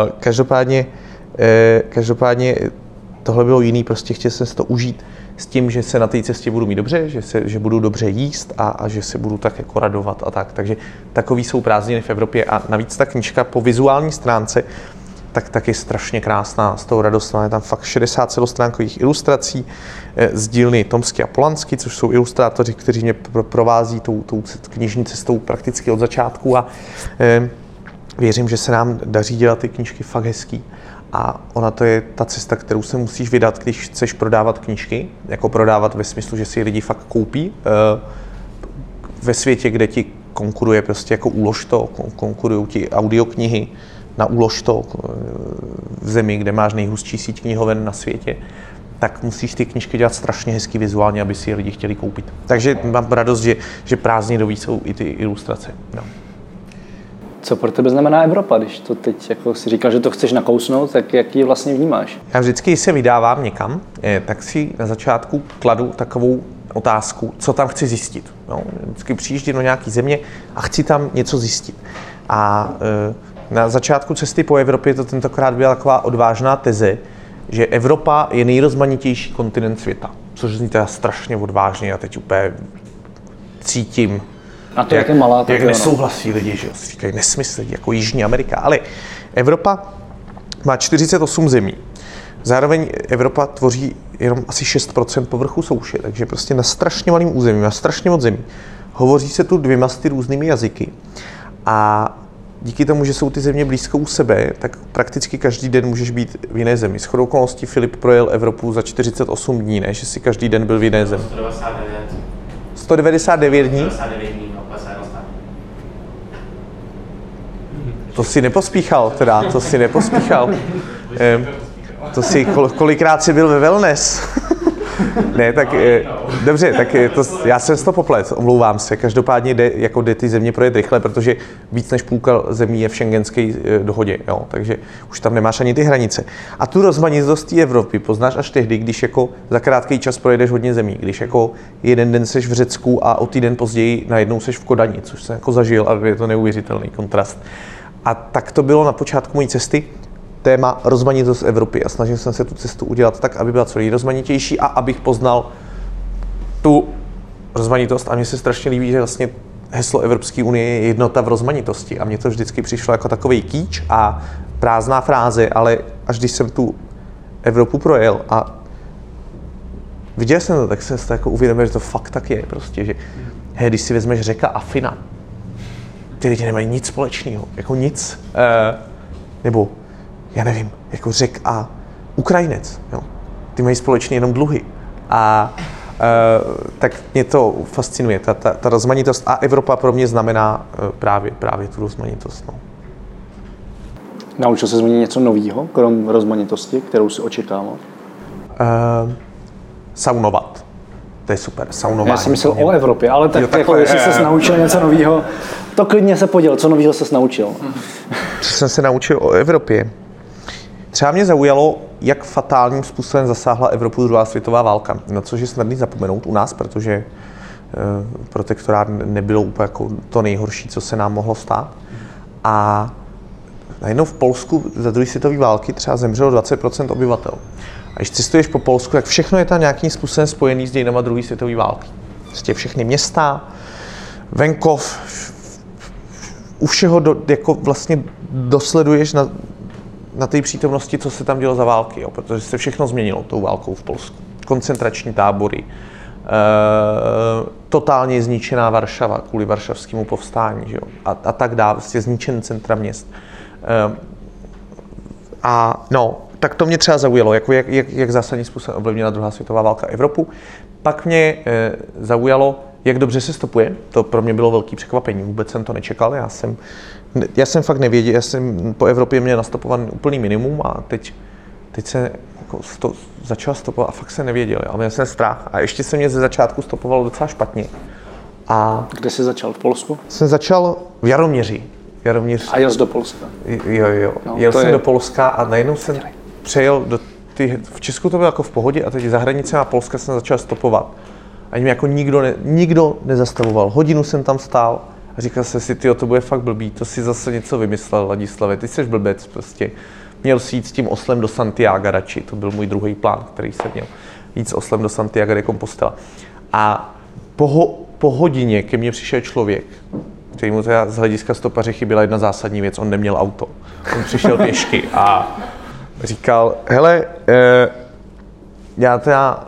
Každopádně tohle bylo jiný, prostě chtěl jsem si to užít s tím, že se na té cestě budu mít dobře, že budu dobře jíst a že se budu tak jako radovat a tak. Takže takový jsou prázdniny v Evropě a navíc ta knížka po vizuální stránce tak je strašně krásná, z toho radostná. Je tam fakt 60 celostránkových ilustrací z dílny Tomsky a Polansky, což jsou ilustrátoři, kteří mě provází tou knižní cestou prakticky od začátku a věřím, že se nám daří dělat ty knížky fakt hezký. A ona to je ta cesta, kterou se musíš vydat, když chceš prodávat knížky, jako prodávat ve smyslu, že si je lidi fakt koupí. Ve světě, kde ti konkuruje prostě jako Uložto, konkurují ti audioknihy na Uložto, v zemi, kde máš nejhustší síť knihoven na světě, tak musíš ty knížky dělat strašně hezky vizuálně, aby si je lidi chtěli koupit. Takže mám radost, že prázdninový jsou i ty ilustrace. No. Co pro tebe znamená Evropa, když to teď jako si říkal, že to chceš nakousnout, tak jak ji vlastně vnímáš? Já vždycky, když se vydávám někam, tak si na začátku kladu takovou otázku, co tam chci zjistit. No, vždycky přijíždím do nějaké země a chci tam něco zjistit. A na začátku cesty po Evropě to tentokrát byla taková odvážná teze, že Evropa je nejrozmanitější kontinent světa. Což zní teda strašně odvážně a teď úplně cítím, a to jak je malá, tak jak nesouhlasí lidi, že říkají nesmysl, jako Jižní Amerika. Ale Evropa má 48 zemí. Zároveň Evropa tvoří jenom asi 6% povrchu souše, takže prostě na strašně malém území, na strašně moc zemí. Hovoří se tu 200 různými jazyky. A díky tomu, že jsou ty země blízko u sebe, tak prakticky každý den můžeš být v jiné zemi. Shodou okolností Filip projel Evropu za 48 dní, ne? Že si každý den byl v jiné zemi. 199 dní? 199 dní, no, To si nepospíchal, To si kolikrát si byl ve wellness. Ne, tak dobře, tak já jsem to poplet, omlouvám se. Každopádně jde ty země projet rychle, protože víc než půlka zemí je v schengenské dohodě, jo, takže už tam nemáš ani ty hranice. A tu rozmanitost té Evropy poznáš až tehdy, když jako za krátký čas projedeš hodně zemí, když jako jeden den seš v Řecku a o týden později najednou seš v Kodani, což jsem jako zažil a je to neuvěřitelný kontrast. A tak to bylo na počátku mojí cesty. Téma rozmanitost Evropy a snažil jsem se tu cestu udělat tak, aby byla co nejrozmanitější a abych poznal tu rozmanitost. A mně se strašně líbí, že vlastně heslo Evropské unie je jednota v rozmanitosti a mně to vždycky přišlo jako takovej kýč a prázdná fráze, ale až když jsem tu Evropu projel a viděl jsem to, tak jsem si to jako uvědomil, že to fakt tak je prostě, že když si vezmeš řeka Afina, ty lidi nemají nic společného, jako nic, nebo já nevím, jako Řek a Ukrajinec, jo. Ty mají společně jenom dluhy a tak mě to fascinuje, ta rozmanitost a Evropa pro mě znamená právě tu rozmanitost. No. Naučil se změnit něco nového, krom rozmanitosti, kterou si očekával? Saunovat. To je super, saunování. Já jsem myslel o Evropě, ale tak jako jestli ses naučil něco nového, to klidně se poděl, co nového ses naučil? Co jsem se naučil o Evropě? Třeba mě zaujalo, jak fatálním způsobem zasáhla Evropu druhá světová válka, na což je snadný zapomenout u nás, protože protektorát nebylo úplně jako to nejhorší, co se nám mohlo stát. A najednou v Polsku za druhé světové války třeba zemřelo 20% obyvatel. A když cestuješ po Polsku, tak všechno je tam nějakým způsobem spojený s dějinama druhé světové války. Prostě všechny města, venkov, u všeho jako vlastně dosleduješ na té přítomnosti, co se tam dělo za války, jo, protože se všechno změnilo tou válkou v Polsku. Koncentrační tábory, totálně zničená Varšava kvůli varšavskému povstání, že jo, a tak dále, vlastně zničený centra měst. A no, tak to mě třeba zaujalo, jako jak zásadním způsobem ovlivnila druhá světová válka Evropu. Pak mě zaujalo, jak dobře se stopuje. To pro mě bylo velké překvapení, vůbec jsem to nečekal. Já jsem fakt nevěděl, já jsem po Evropě měl nastopovaný úplný minimum a teď se jako začal stopovat a fakt jsem nevěděl, ale měl jsem strach. A ještě se mě ze začátku stopovalo docela špatně. A kde jsi začal? V Polsku? Jsem začal v Jaroměři. A jel jsi do Polska? Jo. No, jel jsem do Polska a najednou jsem přejel v Česku to bylo jako v pohodě a teď za hranicema Polska jsem začal stopovat. Ani mě jako nikdo nezastavoval. Hodinu jsem tam stál a říkal jsem si, tyjo, to bude fakt blbý, to si zase něco vymyslel, Ladislave, ty jsi blbec prostě. Měl si jít s tím oslem do Santiaga radši, to byl můj druhý plán, který jsem měl. Jít s oslem do Santiaga de Compostela. A po hodině ke mně přišel člověk, kterému teda z hlediska stopaře chyběla jedna zásadní věc, on neměl auto. On přišel pěšky a říkal, hele, já teda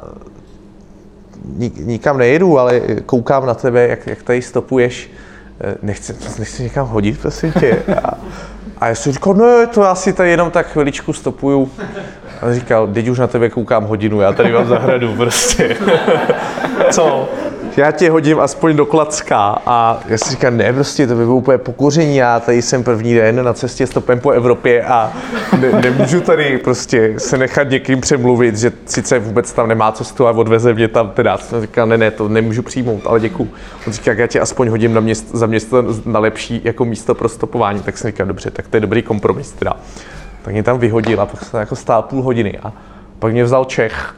nikam nejedu, ale koukám na tebe, jak tady stopuješ, nechci někam hodit, prosím tě. A já jsem říkal, no to já si tady jenom tak chviličku stopuju. A on říkal, teď už na tebe koukám hodinu, já tady mám zahradu prostě. Co? Já tě hodím aspoň do Klacka a já si říkám, ne, prostě to by bylo úplně pokoření, já tady jsem první den na cestě stopem po Evropě a nemůžu tady prostě se nechat někým přemluvit, že sice vůbec tam nemá cestu a odveze mě tam teda. Jsem říkal, ne, to nemůžu přijmout, ale děkuju. On říká, já tě aspoň hodím za město na lepší jako místo pro stopování, tak jsem říkal, dobře, tak to je dobrý kompromis teda. Tak mě tam vyhodil a pak jsem jako stál půl hodiny a pak mě vzal Čech,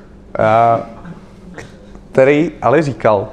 který ale říkal,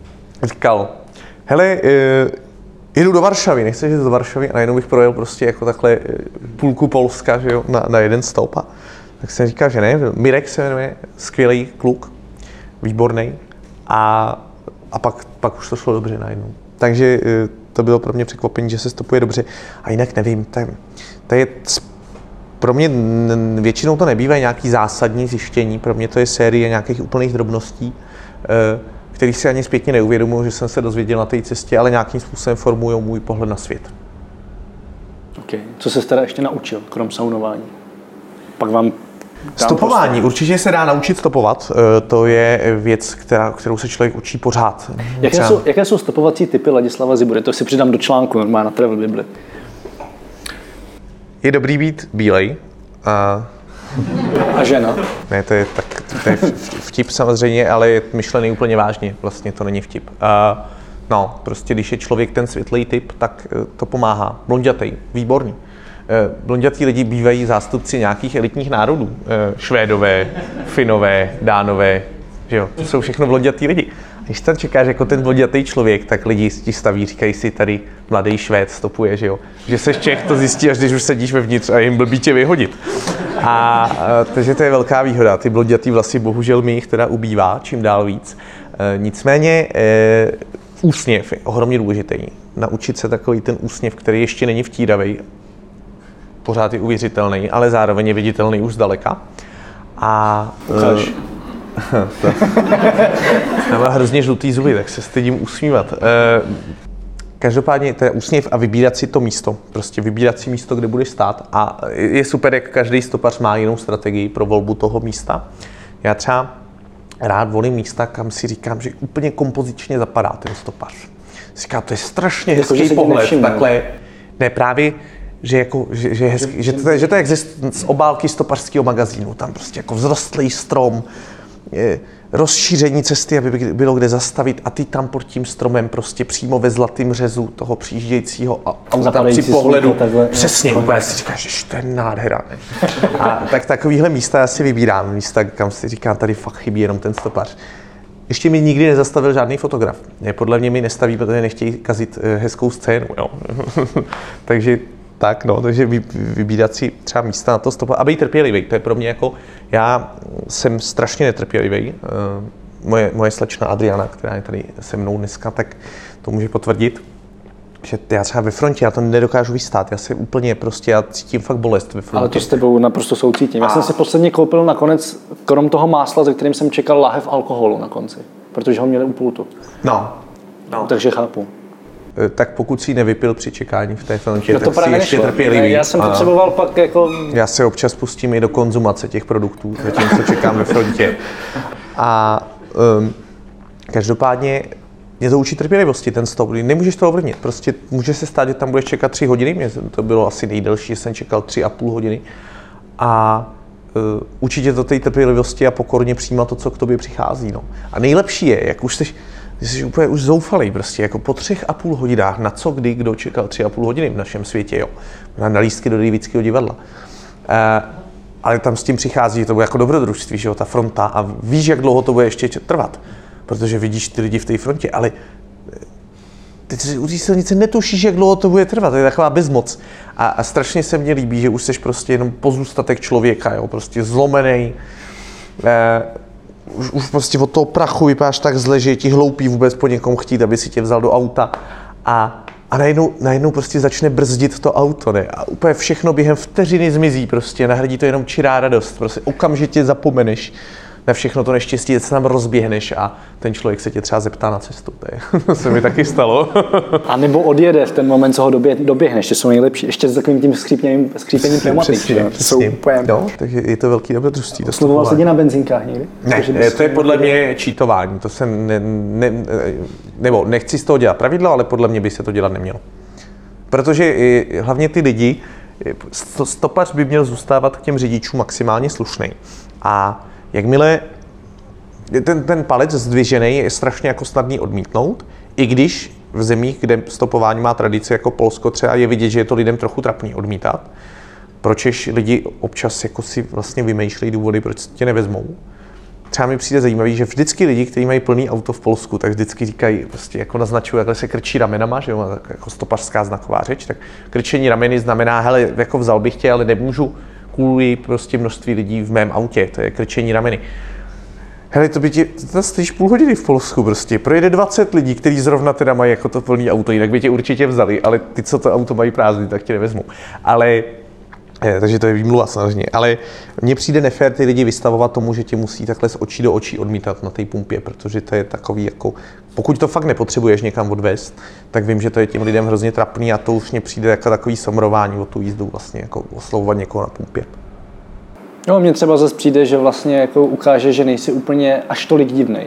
hele, jedu do Varšavy, nechceš jít do Varšavy? A najednou bych projel prostě jako takhle půlku Polska, že jo, na jeden stop. Tak jsem říkal, že ne, Mirek se jmenuje, skvělý kluk, výborný. A pak už to šlo dobře najednou. Takže to bylo pro mě překvapení, že se stopuje dobře. A jinak nevím, to je pro mě většinou to nebývá nějaký zásadní zjištění, pro mě to je série nějakých úplných drobností, který si ani zpětně neuvědomuji, že jsem se dozvěděl na té cestě, ale nějakým způsobem formují můj pohled na svět. Okay. Co se teda ještě naučil, krom saunování? Pak vám stopování. Určitě se dá naučit stopovat. To je věc, kterou se člověk učí pořád. Jaké jsou stopovací typy Ladislava Zibury? To si přidám do článku normálně na Travel Bible. Je dobrý být bílej. A žena? Ne, to je vtip samozřejmě, ale je myšlený úplně vážně. Vlastně to není vtip. No, prostě když je člověk ten světlej typ, tak to pomáhá. Blonďatej, výborný. Blonďatí lidi bývají zástupci nějakých elitních národů. Švédové, Finové, Dánové, že jo, to jsou všechno blonďatí lidi. Když tam čekáš jako ten blonďatý člověk, tak lidi ti staví, říkají si tady mladý Švéd stopuje, že jo. Že seš Čech, to zjistí, až když už sedíš vevnitř a jim blbý tě vyhodit. Takže to je velká výhoda. Ty blonďatý vlasy, bohužel mi jich teda ubývá, čím dál víc. Nicméně úsměv je ohromně důležitý. Naučit se takový ten úsměv, který ještě není vtíravej, pořád je uvěřitelný, ale zároveň je viditelný už zdaleka. A já mám hrozně žlutý zuby, tak se stydím usmívat. Každopádně to je úsměv a vybírat si to místo, prostě vybírat si místo, kde budeš stát a je super, jak každý stopař má jinou strategii pro volbu toho místa. Já třeba rád volím místa, kam si říkám, že úplně kompozičně zapadá ten stopař. Říkám, to je strašně hezký pohled, takhle, ne právě, že to je jak z obálky stopařského magazínu, tam prostě jako vzrostlý strom, rozšíření cesty, aby bylo kde zastavit a ty tam pod tím stromem prostě přímo ve zlatým řezu toho přijíždějícího auta při pohledu. Přesně, úplně si říkáš, že to je nádhera. A tak takovýhle místa já si vybírám, místa, kam si říkám, tady fakt chybí jenom ten stopař. Ještě mi nikdy nezastavil žádný fotograf. Podle mě mi nestaví, protože nechtějí kazit hezkou scénu. Jo. Takže vybírat si třeba místa na to stopa a být trpělivý. To je pro mě jako, já jsem strašně netrpělivý. Moje slečna Adriana, která je tady se mnou dneska, tak to může potvrdit, že já třeba ve frontě, já to nedokážu vystát, já se úplně prostě, já cítím fakt bolest ve frontě. Ale to s tebou naprosto soucítím. Já jsem si posledně koupil nakonec, krom toho másla, ze kterým jsem čekal, láhev alkoholu na konci, protože ho měli u pultu. No. Takže chápu. Tak pokud si ji nevypil při čekání v té frontě, tak si ještě trpělivý. Já jsem potřeboval pak jako... Já se občas pustím i do konzumace těch produktů, zatímco čekám ve frontě. A každopádně mě to učí trpělivosti, ten stop. Nemůžeš to ovlivnit. Prostě může se stát, že tam budeš čekat 3 hodiny. Mně to bylo asi nejdelší, že jsem čekal 3,5 hodiny. A učí tě to té trpělivosti a pokorně přijímat to, co k tobě přichází. No. A nejlepší je, jak už jsi úplně už zoufalý prostě, jako po 3,5 hodinách, na co kdy, kdo čekal 3,5 hodiny v našem světě, jo. Na lístky do Davidského divadla. Ale tam s tím přichází, že to bude jako dobrodružství, že jo, ta fronta a víš, jak dlouho to bude ještě trvat, protože vidíš ty lidi v té frontě, ale ty u té silnice netušíš, jak dlouho to bude trvat, to je taková bezmoc. A strašně se mně líbí, že už jsi prostě jenom pozůstatek člověka, jo, prostě zlomený. Už prostě od toho prachu vypadáš tak zle, že je ti hloupý vůbec po někom chtít, aby si tě vzal do auta. A najednou prostě začne brzdit to auto, ne? A úplně všechno během vteřiny zmizí prostě, nahradí to jenom čirá radost. Prostě okamžitě zapomeneš na všechno to neštěstí, že se tam rozběhneš a ten člověk se tě třeba zeptá na cestu. To se mi taky stalo. A nebo odjede v ten moment, co ho doběhneš, to jsou nejlepší. Ještě s takovým tím skřípením pneumatik. No, takže je to velký dobrodružství. Slovoval jsi na benzinkách někdy? Ne, to je podle mě čítování. To se nebo nechci z toho dělat pravidlo, ale podle mě by se to dělat nemělo. Protože hlavně ty lidi, stopař by měl zůstávat k těm řidičům maximálně slušný. A jakmile ten palec zdvižený je strašně jako snadný odmítnout, i když v zemích, kde stopování má tradici jako Polsko třeba je vidět, že je to lidem trochu trapný odmítat, pročež lidi občas jako si vlastně vymýšlejí důvody, proč tě nevezmou. Třeba mi přijde zajímavý, že vždycky lidi, kteří mají plný auto v Polsku, tak vždycky říkají, prostě jako naznačují, jakhle se krčí ramenama, že jo, jako stopařská znaková řeč, tak krčení rameny znamená, hele, jako vzal bych tě, ale nemůžu kvůli prostě množství lidí v mém autě, to je krčení rameny. Hele, to stojíš půl hodiny v Polsku prostě, projede 20 lidí, kteří zrovna teda mají jako to plný auto, jinak by tě určitě vzali, ale ty, co to auto mají prázdný, tak tě nevezmou. Ale takže to je výmluva samozřejmě, ale mně přijde nefér ty lidi vystavovat tomu, že tě musí takhle z očí do očí odmítat na té pumpě, protože to je takový jako, pokud to fakt nepotřebuješ někam odvést, tak vím, že to je těm lidem hrozně trapný a to už mně přijde jako takový somrování o tu jízdu vlastně, jako oslovovat někoho na pumpě. No, mně třeba zase přijde, že vlastně jako ukáže, že nejsi úplně až tolik divnej.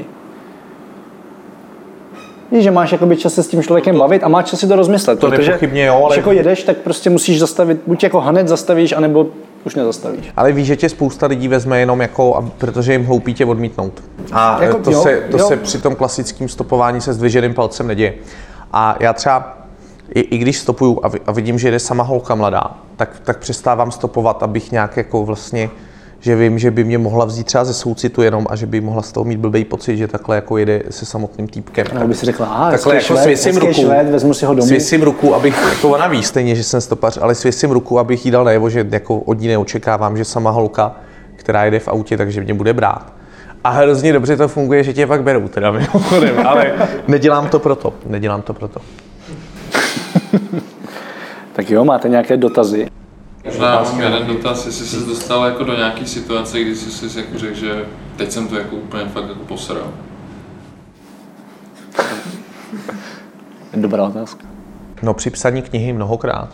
Víš, že máš jakoby čas se s tím člověkem bavit a máš čas si to rozmyslet. To nepochybně, jo, ale... Když jako jedeš, tak prostě musíš zastavit, buď jako hned zastavíš, anebo už nezastavíš. Ale víš, že tě spousta lidí vezme jenom jako, protože jim hloupí tě odmítnout. A jako, to se při tom klasickém stopování se zdviženým palcem neděje. A já třeba, i když stopuju a vidím, že jde sama holka mladá, tak přestávám stopovat, abych nějak jako vlastně, že vím, že by mě mohla vzít třeba ze soucitu jenom a že by mohla z toho mít blbý pocit, že takhle jako jede se samotným týpkem. No, by si řekla, takhle jako švéd, vezmu si ho domů. Svěsím ruku, abych, jako ona ví stejně, že jsem stopař, ale svěsím ruku, abych jí dal najevo, že jako od ní neočekávám, že sama holka, která jede v autě, takže mě bude brát. A hrozně dobře to funguje, že tě pak berou, teda mimochodem, ale nedělám to proto. Tak jo, máte nějaké dotazy? Možná mám jeden dotaz, jestli jsi dostal jako do nějaký situace, kdy jsi si jako řekl, že teď jsem to jako úplně fakt jako posral. Dobrá otázka. No při psaní knihy mnohokrát.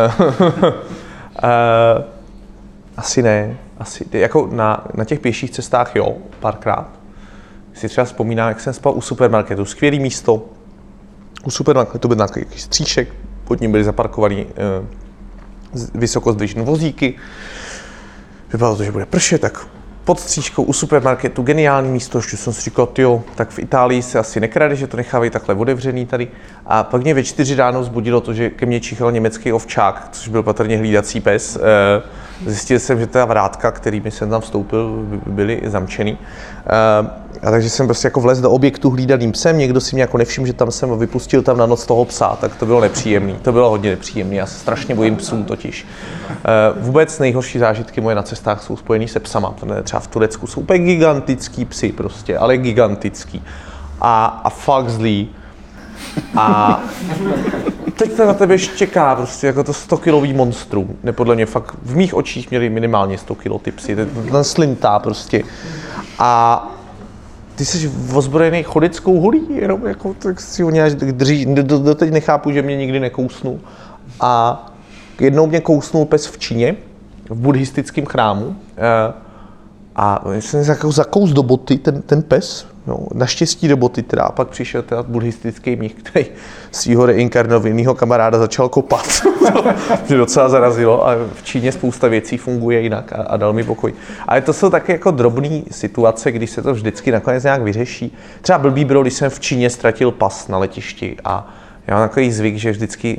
Asi ne. Jako na těch pěších cestách jo, párkrát. Si třeba vzpomínám, jak jsem spal u supermarketu. Skvělý místo. U supermarketu byl nějaký stříšek, pod ním byly zaparkovaný vysokozdvižné vozíky. Vypadalo to, že bude pršet, tak pod stříškou u supermarketu, geniální místo, ještě jsem si říkal, tyjo, tak v Itálii se asi nekrade, že to nechávají takhle otevřený tady. A pak mě ve 4 ráno vzbudilo to, že ke mně čichal německý ovčák, což byl patrně hlídací pes. Zjistil jsem, že ta vrátka, kterými jsem tam vstoupil, byly zamčený. A takže jsem prostě jako vlez do objektu hlídaným psem, někdo si mě jako nevšiml, že tam jsem vypustil tam na noc toho psa, tak to bylo nepříjemný. To bylo hodně nepříjemný, já se strašně bojím psů totiž. Vůbec nejhorší zážitky moje na cestách jsou spojený se psama. Třeba v Turecku jsou úplně gigantický psy prostě, ale gigantický. A fakt zlý. A teď to na tebe čeká prostě jako to 100-kilový monstrum. Podle mě fakt v mých očích měli minimálně 100 kilo ty psy, ten slintá prostě. A ty jsi ozbrojený chodeckou hulí, jenom jako tak si ho nějak drží. Doteď nechápu, že mě nikdy nekousnul. A jednou mě kousnul pes v Číně, v buddhistickém chrámu. A jsem jako zakous do boty, ten pes, no, naštěstí do boty teda, a pak přišel teda buddhistický mních, který svýho reinkarnovaného kamaráda začal kopat. Mě docela zarazilo a v Číně spousta věcí funguje jinak a dal mi pokoj. Ale to jsou taky jako drobné situace, kdy se to vždycky nakonec nějak vyřeší. Třeba blbý bylo, když jsem v Číně ztratil pas na letišti a já mám takový zvyk, že vždycky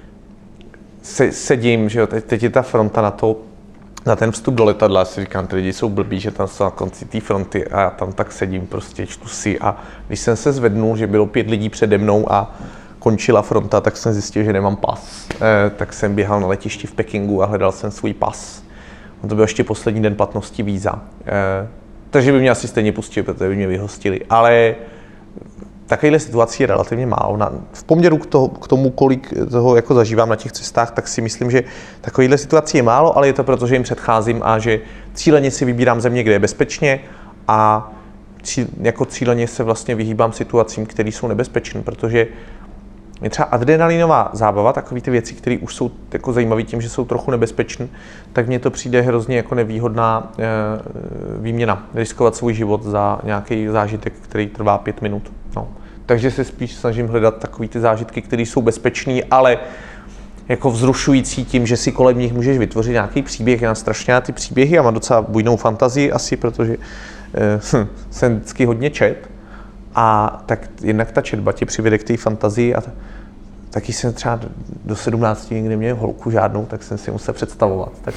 sedím, že jo, teď je ta fronta na ten vstup do letadla, si říkám, ty lidi jsou blbí, že tam jsou na konci té fronty a já tam tak sedím, prostě čtu si a když jsem se zvednul, že bylo 5 lidí přede mnou a končila fronta, tak jsem zjistil, že nemám pas. Tak jsem běhal na letišti v Pekingu a hledal jsem svůj pas. To byl ještě poslední den platnosti víza. Takže by mě asi stejně pustili, protože by mě vyhostili. Ale takovýchhle situací je relativně málo. V poměru k tomu, kolik toho jako zažívám na těch cestách, tak si myslím, že takovýchhle situací je málo, ale je to proto, že jim předcházím a že cíleně si vybírám země, kde je bezpečně a jako cíleně se vlastně vyhýbám situacím, které jsou nebezpečné, protože je třeba adrenalinová zábava, takové ty věci, které už jsou jako zajímavé tím, že jsou trochu nebezpečné, tak mně to přijde hrozně jako nevýhodná výměna. Riskovat svůj život za nějaký zážitek, který trvá 5 minut. No. Takže se spíš snažím hledat takové ty zážitky, které jsou bezpečné, ale jako vzrušující tím, že si kolem nich můžeš vytvořit nějaký příběh. Já mám strašně rád ty příběhy a mám docela bujnou fantazii asi, protože jsem vždycky hodně čet. A tak jednak ta četba tě přivede k té fantazii a taky jsem třeba do 17 nikdy neměl holku žádnou, tak jsem si musel představovat. Tak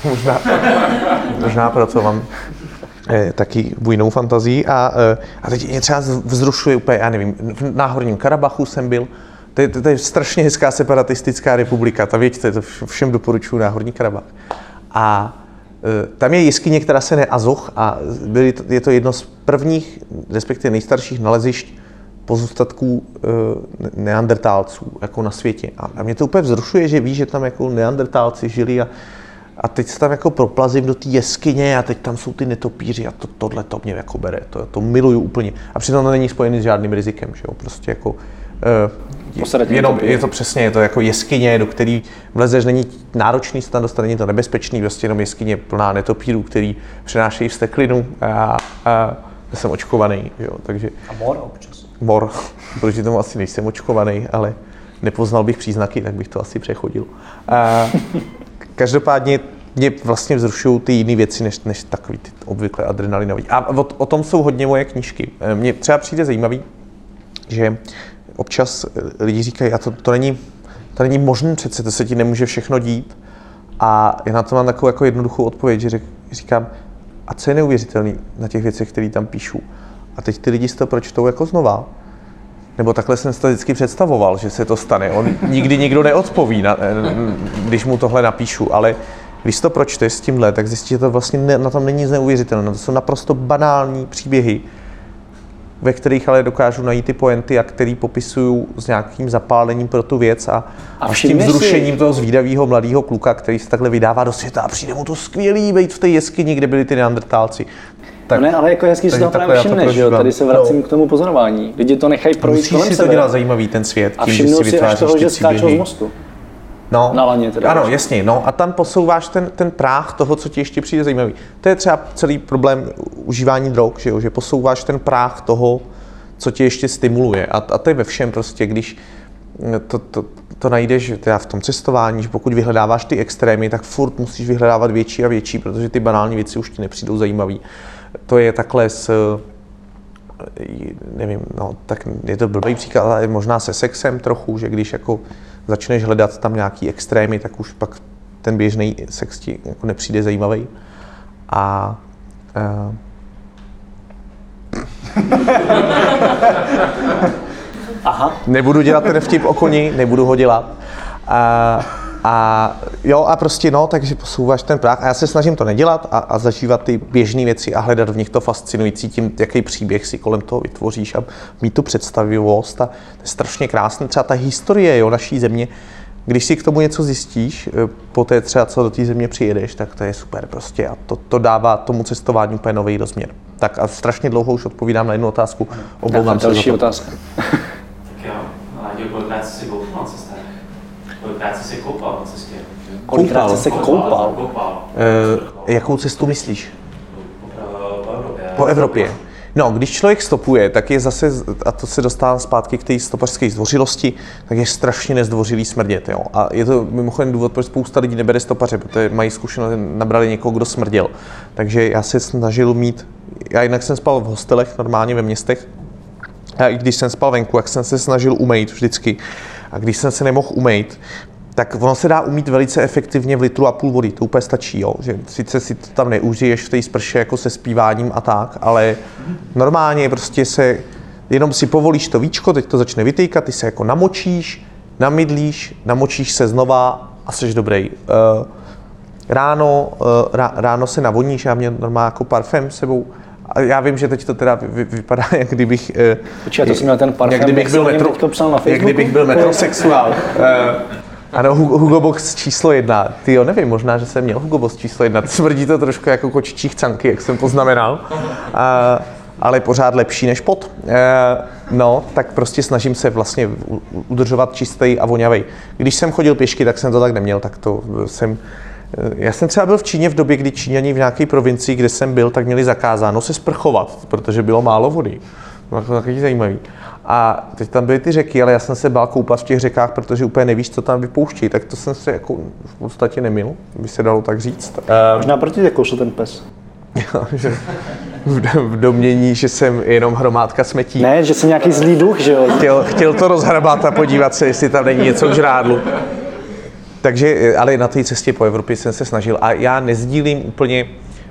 možná proto mám taky bujnou fantazii a teď mě třeba vzrušuje úplně, já nevím, v Náhorním Karabachu jsem byl, to je strašně hezká separatistická republika, ta věďte, to všem doporučuji Náhorní Karabach. A tam je jeskyně, která se jmenuje Azoch a je to jedno z prvních, respektive nejstarších nalezišť pozůstatků neandertálců jako na světě. A mě to úplně vzrušuje, že víš, že tam jako neandertálci žili a teď se tam jako proplazím do té jeskyně a teď tam jsou ty netopíři a tohle to mě jako bere, to miluju úplně. A přitom to není spojený s žádným rizikem, že jo, prostě jako jenom je to přesně, je to jako jeskyně, do který vlezeš, není náročný se tam dostat, není to nebezpečný, prostě jenom jeskyně plná netopírů, který přenášejí vzteklinu a jsem očkovaný, jo, takže. A mor občas. Mor, protože tomu asi nejsem očkovaný, ale nepoznal bych příznaky, tak bych to asi přechodil. Každopádně mě vlastně vzrušují ty jiné věci, než takový ty obvykle adrenalinové. A o tom jsou hodně moje knížky. Mně třeba přijde zajímavý, že občas lidi říkají, a to není možné přece, to se ti nemůže všechno dít. A já na to mám takovou jako jednoduchou odpověď, že říkám, a co je neuvěřitelný na těch věcech, které tam píšu. A teď ty lidi si to pročtou jako znova. Nebo takhle jsem si to vždycky představoval, že se to stane. On nikdy nikdo neodpoví, když mu tohle napíšu, ale když si to pročteš s tímhle, tak zjistíš, že to vlastně na tom není nic neuvěřitelné. To jsou naprosto banální příběhy, ve kterých ale dokážu najít ty pointy a který popisují s nějakým zapálením pro tu věc a s tím vzrušením toho zvídavého mladého kluka, který se takhle vydává do světa a přijde mu to skvělý být v té jeskyni, kde byli ty neandertálci. Tak, no ne, ale jako hezký si to právě všimne, že jo? Tady se vracím k tomu pozorování. Lidi to nechají projít kolem sebe. Musí si to dělat zajímavý ten svět, tím, že si vytváříš toho, že skáčou z mostu. No, na laně teda. Ano, jasně, no a tam posouváš ten práh toho, co ti ještě přijde zajímavý. To je třeba celý problém užívání drog, že posouváš ten práh toho, co tě ještě stimuluje. A to je ve všem prostě, když to najdeš teda v tom cestování, že pokud vyhledáváš ty extrémy, tak furt musíš vyhledávat větší a větší, protože ty banální věci už ti nepřijdou zajímavý. To je takhle nevím, no, tak je to blbý příklad, ale možná se sexem trochu, že když jako začneš hledat tam nějaký extrémy, tak už pak ten běžný sex ti jako nepřijde zajímavý. Aha. Nebudu dělat ten vtip o koni, nebudu ho dělat. Jo, a prostě no, takže posouváš ten práh a já se snažím to nedělat a zažívat ty běžné věci a hledat v nich to fascinující tím, jaký příběh si kolem toho vytvoříš a mít tu představivost a to je strašně krásné. Třeba ta historie naší země, když si k tomu něco zjistíš, poté třeba co do té země přijedeš, tak to je super prostě a to dává tomu cestování úplně nový rozměr. Tak a strašně dlouho už odpovídám na jednu otázku. Omlouvám se další otázka. Tak jo, ale kolikrát jsi si koupal na cestách? Kolikrát jsi se koupal na cestě? Kolikrát jsi se koupal? Jakou cestu myslíš? Po Evropě. Po Evropě. No, když člověk stopuje, tak je zase, a to se dostávám zpátky k té stopařské zdvořilosti, tak je strašně nezdvořilý smrdět. Jo? A je to mimochodem důvod, proč spousta lidí nebere stopaře, protože mají zkušenost, nabrali někoho, kdo smrděl. Takže já se snažil já jinak jsem spal v hostelech, normálně ve městech, a i když jsem spal venku, jak jsem se snažil umýt vždycky. A když jsem se nemohl umýt, tak ono se dá umýt velice efektivně v 1,5 litru vody, to úplně stačí, jo? Že sice si to tam neužiješ v té sprše jako se zpíváním a tak, ale normálně prostě jenom si povolíš to víčko, teď to začne vytýkat, ty se jako namočíš, namydlíš, namočíš se znova a jsi dobrý. Ráno se navoníš, já měl normálně jako parfém sebou. A já vím, že teď to teda vypadá, jak kdybych... Počkej, to jsem měl ten parfém, jak kdybych byl metrosexuál. Ano, Hugo Boss číslo 1. Tyjo, nevím, možná, že jsem měl Hugo Boss číslo 1. Smrdí to trošku jako kočičí chcanky, jak jsem poznamenal. Ale pořád lepší než pot. No, tak prostě snažím se vlastně udržovat čistý a voňavej. Když jsem chodil pěšky, tak jsem to tak neměl, tak to jsem... Já jsem třeba byl v Číně v době, kdy Číňani v nějaké provincii, kde jsem byl, tak měli zakázáno se sprchovat, protože bylo málo vody. To takový zajímavý. A teď tam byly ty řeky, ale já jsem se bál koupat v těch řekách, protože úplně nevíš, co tam vypouští, tak to jsem se jako v podstatě nemil, by se dalo tak říct. Možná proti tě kousl ten pes. V domění, že jsem jenom hromádka smetí. Ne, že jsem nějaký zlý duch, že jo? Chtěl to rozhrabat a podívat se, jestli tam není něco k žrádlu. Takže, ale na té cestě po Evropě jsem se snažil a já nezdílím úplně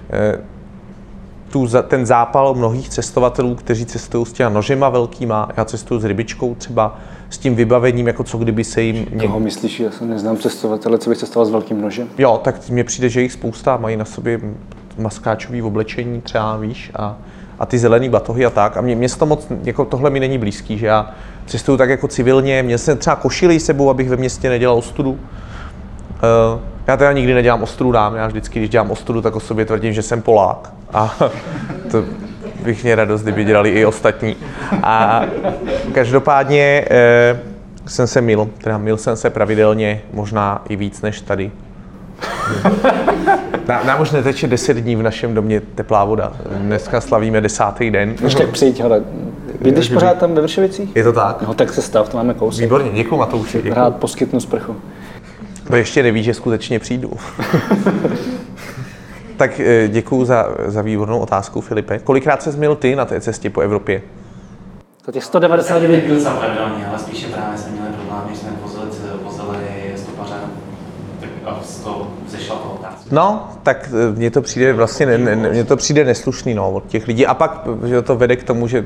ten zápal mnohých cestovatelů, kteří cestují s těma nožema velkýma, já cestuju s rybičkou třeba, s tím vybavením, jako co kdyby se jim... Koho myslíš? Já se neznám cestovatele, co bych cestoval s velkým nožem. Jo, tak mně přijde, že jich spousta mají na sobě maskáčový oblečení třeba, víš, a ty zelený batohy a tak. A mě to moc, jako tohle mi není blízký, že já cestuju tak jako civilně, měl jsem třeba košili sebou, abych ve městě nedělal ostudu. Já teda nikdy nedělám ostudu dám, já vždycky, když dělám ostudu, tak o sobě tvrdím, že jsem Polák. A to bych měl radost, kdyby dělali i ostatní. A každopádně jsem se mil jsem se pravidelně, možná i víc než tady. Nám už neteče 10 dní v našem domě teplá voda. Dneska slavíme 10. den. Ještě přijď, hele. Bydlíš pořád tam ve Vršovicích? Je to tak? No tak se stav, to máme kousek. Výborně, děkuju Matouši. Rád poskytnu sprchu. To ještě neví, že skutečně přijdu. Tak děkuju za výbornou otázku, Filipe. Kolikrát ses měl ty na té cestě po Evropě? To těch 199 dní. Jsem pravidelně, ale spíše právě jsme měli problém, když jsme vozili stopaře, tak a z toho vzešla ta otázka. No, tak mně to přijde vlastně mně to přijde neslušný, no, od těch lidí. A pak že to vede k tomu, že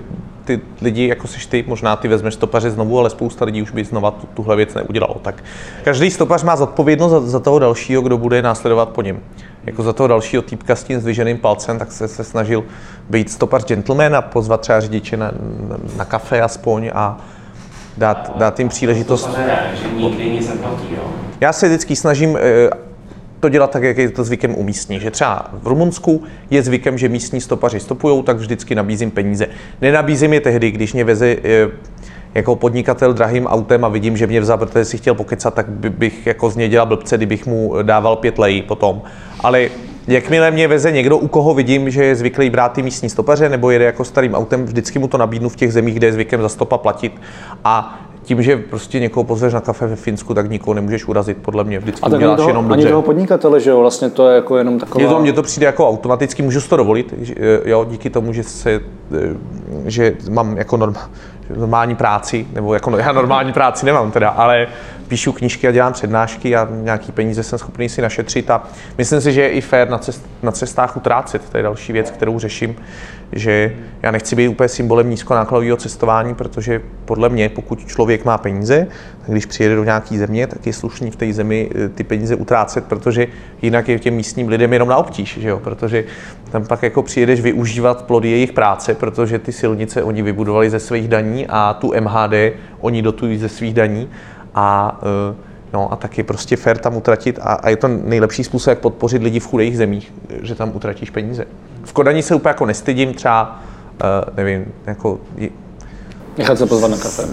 ty lidi, jako seš ty, možná ty vezmeš stopaře znovu, ale spousta lidí už by znova tuhle věc neudělalo. Tak každý stopař má zodpovědnost za toho dalšího, kdo bude následovat po něm. Jako za toho dalšího týpka s tím zdviženým palcem, tak se snažil být stopař gentleman a pozvat třeba řidiče na kafe aspoň a dát jim příležitost. Že nikdy nic neplatí, jo? Já se vždycky snažím to dělat tak, jak je to zvykem u místních. Že třeba v Rumunsku je zvykem, že místní stopaři stopujou, tak vždycky nabízím peníze. Nenabízím je tehdy, když mě veze jako podnikatel drahým autem a vidím, že mě vzal, protože si chtěl pokecat, tak bych jako z něj dělal blbce, kdybych mu dával 5 lei potom. Ale jakmile mě veze někdo, u koho vidím, že je zvyklý brát ty místní stopaře nebo jede jako starým autem, vždycky mu to nabídnu v těch zemích, kde je zvykem za stopa platit. A tím, že prostě někoho pozveš na kafe ve Finsku, tak nikoho nemůžeš urazit, podle mě. Vždycky uděláš jenom dobře. Ani toho podnikatele, že jo, vlastně to je jako jenom taková... Mně to přijde jako automaticky, můžu si to dovolit, jo, díky tomu, že mám jako normální práci, nebo jako já normální práci nemám teda, ale píšu knížky a dělám přednášky a nějaký peníze jsem schopný si našetřit a myslím si, že je i fér na cestách utrácet. To je další věc, kterou řeším, že já nechci být úplně symbolem nízkonákladového cestování, protože podle mě, pokud člověk má peníze, tak když přijede do nějaké země, tak je slušný v té zemi ty peníze utrácet, protože jinak je těm místním lidem jenom na obtíž, že jo? Protože tam pak jako přijedeš využívat plody jejich práce, protože ty silnice oni vybudovali ze svých daní a tu MHD oni dotují ze svých daní. A taky prostě fér tam utratit a je to nejlepší způsob, jak podpořit lidi v chudých zemích, že tam utratíš peníze. V Kodani se úplně jako nestydím, třeba, nevím, jako... Nechat se pozvat na kafe.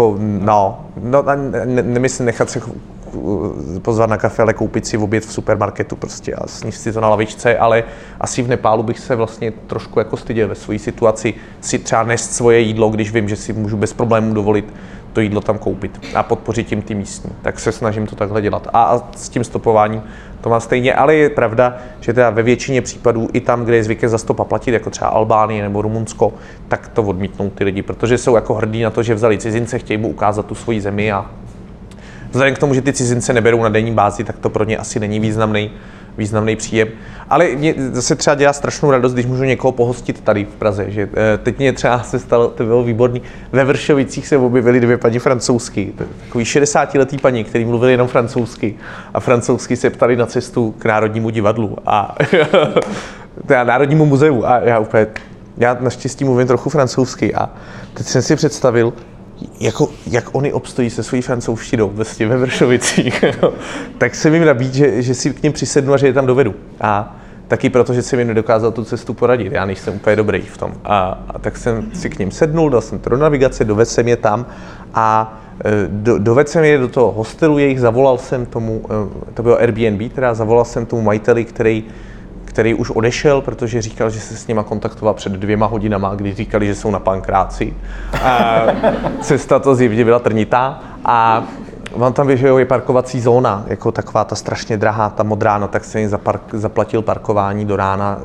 Nemyslím nechat se pozvat na kafe, ale koupit si oběd v supermarketu prostě a sníst si to na lavičce, ale asi v Nepálu bych se vlastně trošku jako styděl ve své situaci si třeba nést svoje jídlo, když vím, že si můžu bez problémů dovolit to jídlo tam koupit a podpořit tím ty místní. Tak se snažím to takhle dělat. A s tím stopováním to má stejně, ale je pravda, že teda ve většině případů i tam, kde je zvykem za stopa platit, jako třeba Albánie nebo Rumunsko, tak to odmítnou ty lidi, protože jsou jako hrdí na to, že vzali cizince, chtějí mu ukázat tu svoji zemi a vzhledem k tomu, že ty cizince neberou na denní bázi, tak to pro ně asi není významný příjem. Ale mě zase třeba dělá strašnou radost, když můžu někoho pohostit tady v Praze. Že teď mě třeba se stalo, to bylo výborný, ve Vršovicích se objevily 2 paní francouzsky. Takový 60letý paní, který mluvili jenom francouzsky a francouzsky se ptali na cestu k Národnímu divadlu a teda Národnímu muzeu a já naštěstí mluvím trochu francouzsky a teď jsem si představil, jak oni obstojí se svojí francouzštinou vlastně ve Vršovicích, tak jsem jim nabídl, že si k nim přisednu a že je tam dovedu. A taky proto, že jsem jim nedokázal tu cestu poradit, já nejsem úplně dobrý v tom. A tak jsem si k nim sednul, dal jsem to do navigace, dovedl jsem je tam a dovedl jsem je do toho hostelu jejich, zavolal jsem tomu, to bylo Airbnb, teda zavolal jsem tomu majiteli, který už odešel, protože říkal, že se s nima kontaktoval před 2 hodinama, když říkali, že jsou na pankráci. Cesta to zjevně byla trnitá a on tam že je parkovací zóna, jako taková ta strašně drahá, ta modrá, no tak jsem jim zaplatil parkování do rána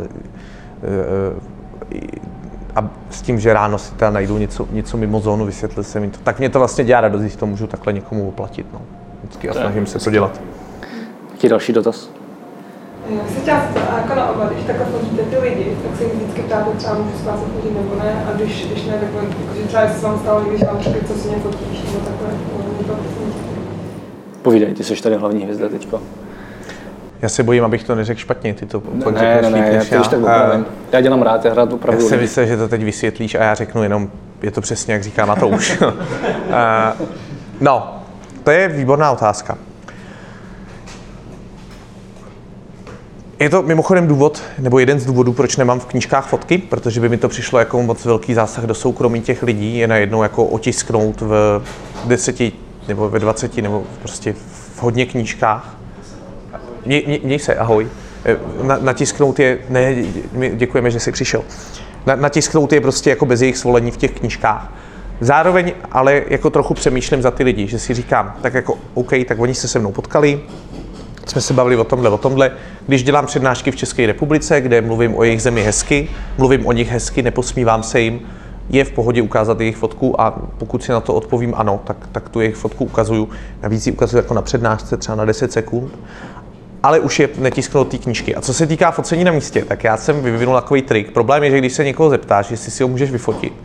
a s tím, že ráno si teda najdu něco mimo zónu, vysvětlil jsem jim to. Tak mě to vlastně dělá radost, když to můžu takhle někomu oplatit. No. Vždycky a snažím se to dělat. Jaký další dotaz? Já se chtěla jako na oba, když takhle fotíte ty lidi, tak se jim vždycky ptáte, třeba můžu s vás fotit nebo ne, a když ne, tak jakože třeba jestli se vám stalo někdy, že vám řekli, co si mě fotíš, nebo takhle, Povídej, ty jsi tady hlavní hvězda teďko. Já se bojím, abych to neřekl špatně, ty to pak řekneš líp než já. Tak opravím. Já dělám rád, já rád opravdu. Já jsem myslel, že to teď vysvětlíš a já řeknu jenom, je to přesně, jak říká Matouš. No, to je výborná otázka. Je to mimochodem důvod, nebo jeden z důvodů, proč nemám v knížkách fotky, protože by mi to přišlo jako moc velký zásah do soukromí těch lidí, je najednou jako otisknout v 10 nebo ve 20 nebo prostě v hodně knížkách. Měj se, ahoj. Natisknout je, ne, děkujeme, že jsi přišel. Natisknout je prostě jako bez jejich svolení v těch knížkách. Zároveň ale jako trochu přemýšlím za ty lidi, že si říkám, tak jako OK, tak oni se mnou potkali, jsme se bavili o tomhle. Když dělám přednášky v České republice, kde mluvím o jejich zemi hezky, mluvím o nich hezky, neposmívám se jim, je v pohodě ukázat jejich fotku a pokud si na to odpovím ano, tak tu jejich fotku ukazuju. Navíc ji ukazuju jako na přednášce, třeba na 10 sekund, ale už je netisknout té knížky. A co se týká focení na místě, tak já jsem vyvinul takový trik. Problém je, že když se někoho zeptáš, jestli si ho můžeš vyfotit,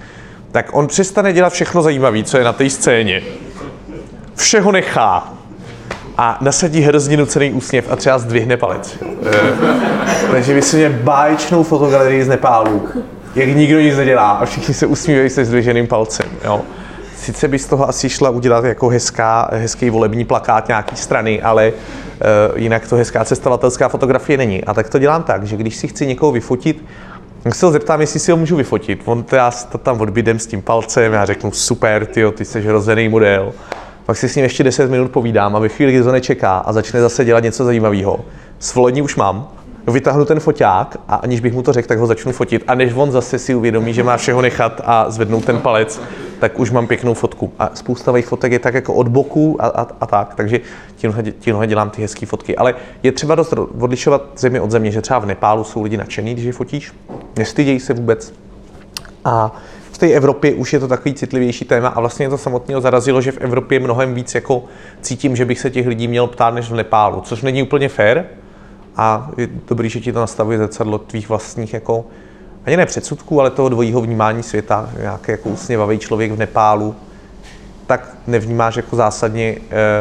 tak on přestane dělat všechno zajímavé, co je na té scéně. Všeho nechá a nasadí hrozně nucený úsměv a třeba zdvihne palec. Takže vysvětně báječnou fotogalerii z Nepálu, jak nikdo nic nedělá a všichni se usmívají se zdviženým palcem. Jo. Sice by z toho asi šla udělat jako hezký volební plakát nějaký strany, ale jinak to hezká cestovatelská fotografie není. A tak to dělám tak, že když si chci někoho vyfotit, tak se ho zeptám, jestli si ho můžu vyfotit. On já tam odbydem s tím palcem, já řeknu super, tyjo, ty jsi rozený model. Pak si s ním ještě 10 minut povídám a ve chvíli, kdy to nečeká a začne zase dělat něco zajímavého. Svolení už mám, vytáhnu ten foťák a aniž bych mu to řekl, tak ho začnu fotit. A než on zase si uvědomí, že má všeho nechat a zvednout ten palec, tak už mám pěknou fotku. A spousta mých fotek je tak jako od boku a tak, takže tímhle dělám ty hezké fotky. Ale je třeba dost odlišovat zemi od země, že třeba v Nepálu jsou lidi nadšený, když je fotíš, nestydějí se vůbec. A v té Evropě už je to takový citlivější téma a vlastně to samotného zarazilo, že v Evropě mnohem víc jako cítím, že bych se těch lidí měl ptát než v Nepálu, což není úplně fair a je dobrý, že ti to nastavuje zrcadlo tvých vlastních jako ani ne předsudků, ale toho dvojího vnímání světa. Nějaký jako usměvavý člověk v Nepálu, tak nevnímáš jako zásadně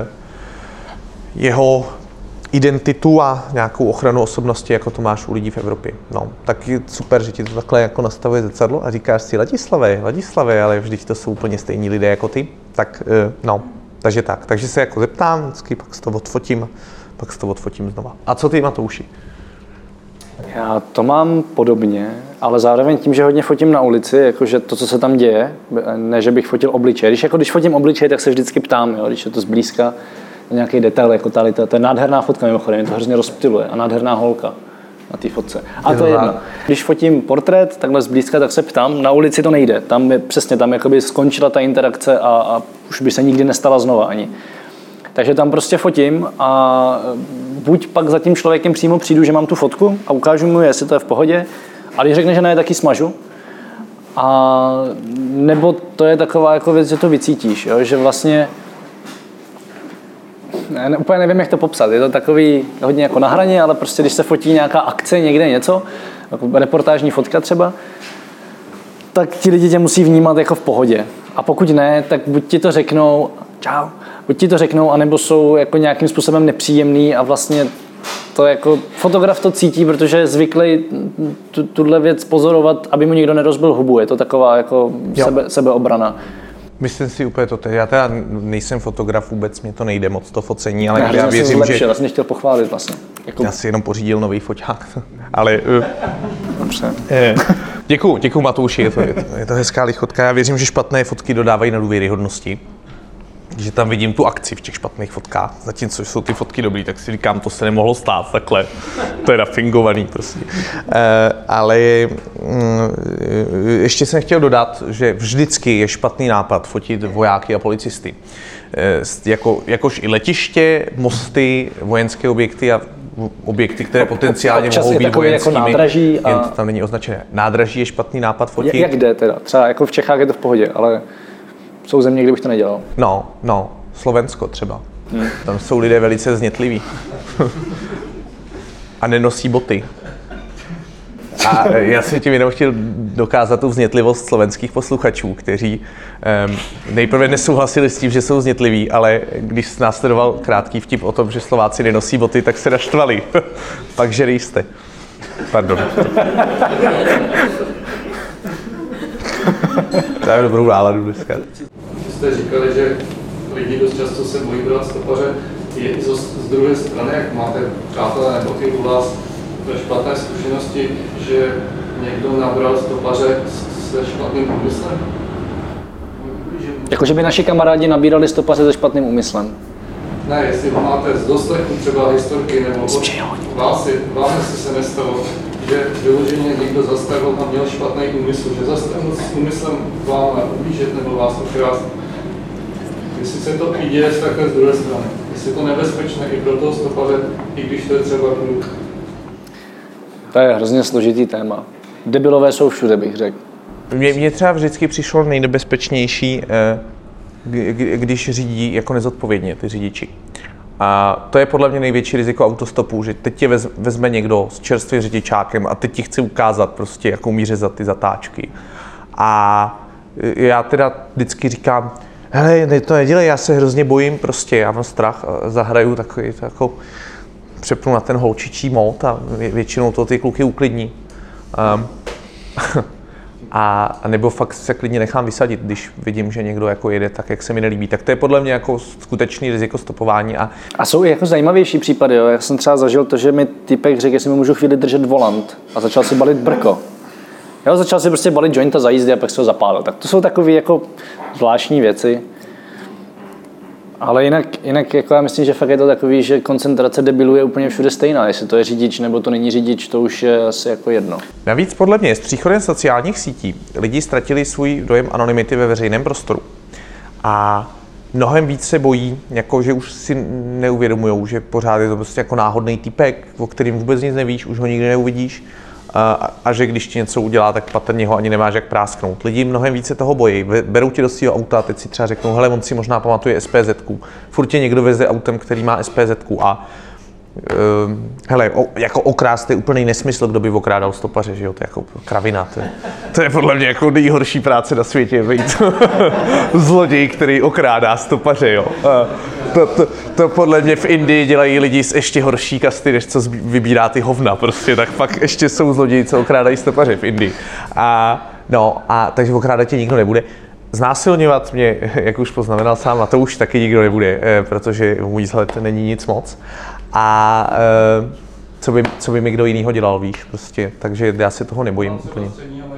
jeho identitu a nějakou ochranu osobnosti, jako to máš u lidí v Evropě. No, tak je super, že ti to takhle jako nastavuje zrcadlo a říkáš si Ladislave, ale vždyť to jsou úplně stejní lidé jako ty. Tak no, takže tak. Takže se jako zeptám, vždycky pak si to odfotím znova. A co ty, Matouši? Já to mám podobně, ale zároveň tím, že hodně fotím na ulici, jakože to, co se tam děje, ne, že bych fotil obličej. Když fotím obličej, tak se vždycky ptám, jo, když je to zblízka, nějaký detail, jako tady, to je nádherná fotka mimochodem, to hrozně rozptyluje a nádherná holka na té fotce. A to je jedno. Když fotím portrét takhle zblízka, tak se ptám, na ulici to nejde. Tam je přesně, tam jakoby skončila ta interakce a už by se nikdy nestala znova ani. Takže tam prostě fotím a buď pak za tím člověkem přímo přijdu, že mám tu fotku a ukážu mu, jestli to je v pohodě, ale když řekne, že ne, taky smažu. A nebo to je taková jako věc, že to vycítíš, jo? Že vlastně úplně nevím, jak to popsat. Je to takový hodně jako na hraně, ale prostě když se fotí nějaká akce, někde něco, jako reportážní fotka třeba, tak ti lidi tě musí vnímat jako v pohodě. A pokud ne, tak buď ti to řeknou, čau, anebo jsou jako nějakým způsobem nepříjemný a vlastně to jako fotograf to cítí, protože je zvyklý tuhle věc pozorovat, aby mu nikdo nerozbil hubu. Je to taková jako sebeobrana. Myslím si úplně to. Já teda nejsem fotograf vůbec, mě to nejde moc to focení, ale já věřím, zlepšil, že... Já jsem mě chtěl pochválit vlastně. Jako... Já si jenom pořídil nový foťák, ale... Dobře. Děkuju Matouši, je to hezká lichotka. Já věřím, že špatné fotky dodávají na důvěryhodnosti. Že tam vidím tu akci v těch špatných fotkách, zatímco jsou ty fotky dobrý, tak si říkám, to se nemohlo stát takhle, to je nafingovaný prostě. Ale ještě jsem chtěl dodat, že vždycky je špatný nápad fotit vojáky a policisty. Jakož i letiště, mosty, vojenské objekty a objekty, které potenciálně mohou být vojenskými, jako nádraží a... jen to tam není označené. Nádraží je špatný nápad fotit. Jak jde teda? Třeba jako v Čechách je to v pohodě, ale... Jsou země, kde bych to nedělal. No, Slovensko třeba. Tam jsou lidé velice vznětliví. A nenosí boty. A já jsem tím jenom chtěl dokázat tu vznětlivost slovenských posluchačů, kteří nejprve nesouhlasili s tím, že jsou vznětliví, ale když následoval krátký vtip o tom, že Slováci nenosí boty, tak se naštvali. Pak žerý jste. Pardon. To je dobrou náladu dneska. Jste říkali, že lidi dost často se bojí brát stopaře. Je i z druhé strany, jak máte přátelé nebo ty u vás špatné zkušenosti, že někdo nabral stopaře se špatným úmyslem? Jakože by naši kamarádi nabírali stopaře se špatným úmyslem? Ne, jestli ho máte z doslechu třeba historky nebo vás se nestalo, že vyloženě někdo zastavil a měl špatný úmysl, že zastavil s úmyslem vám ublížit nebo vás okrást. Jestli se to i děje takhle z druhé strany, jestli je to nebezpečné i pro toho stopaře, i když to je třeba kluk. To je hrozně složitý téma. Debilové jsou všude, bych řekl. Mně třeba vždycky přišlo nejnebezpečnější, když řídí jako nezodpovědně ty řidiči. A to je podle mě největší riziko autostopu, že teď tě vezme někdo s čerstvým řidičákem a teď ti chce ukázat prostě, jak umí řezat ty zatáčky. A já teda vždycky říkám, hele, to nedělej, já se hrozně bojím prostě, já mám strach a zahraju takový, jako přepnu na ten holčičí mód a většinou to ty kluky uklidní. A nebo fakt se klidně nechám vysadit, když vidím, že někdo jako jede tak, jak se mi nelíbí. Tak to je podle mě jako skutečný riziko stopování. A jsou i jako zajímavější případy, jo? Já jsem třeba zažil to, že mi typek řekl, jestli mi můžu chvíli držet volant a začal si balit brko. Jo, začal si prostě balit jointa za jízdy a pak se ho zapálil. Tak to jsou takové jako zvláštní věci. Ale jinak jako já myslím, že fakt je to takový, že koncentrace debilů je úplně všude stejná. Jestli to je řidič nebo to není řidič, to už je asi jako jedno. Navíc podle mě s příchodem sociálních sítí lidi ztratili svůj dojem anonymity ve veřejném prostoru. A mnohem víc se bojí, jako že už si neuvědomujou, že pořád je to prostě jako náhodný týpek, o kterým vůbec nic nevíš, už ho nikdy neuvidíš. A že když ti něco udělá, tak patrně ho ani nemáš jak prásknout. Lidi mnohem více toho bojí. Berou ti do svého auta a teď si třeba řeknou, hele, on si možná pamatuje SPZ-ku. Furt tě někdo veze autem, který má SPZ-ku a hele, jako okrást je úplný nesmysl, kdo by okrádal stopaře, že jo, to je jako kravina. To je podle mě jako nejhorší práce na světě, být zloděj, který okrádá stopaře, jo. To podle mě v Indii dělají lidi z ještě horší kasty, než co vybírá ty hovna, prostě, tak pak ještě jsou zloději, co okrádají stopaře v Indii. Takže okrádat tě nikdo nebude. Znásilňovat mě, jak už poznamenal sám, a to už taky nikdo nebude, protože můj vzhled není nic moc. A co by mi kdo jinýho dělal, víš, prostě, takže já se toho nebojím úplně.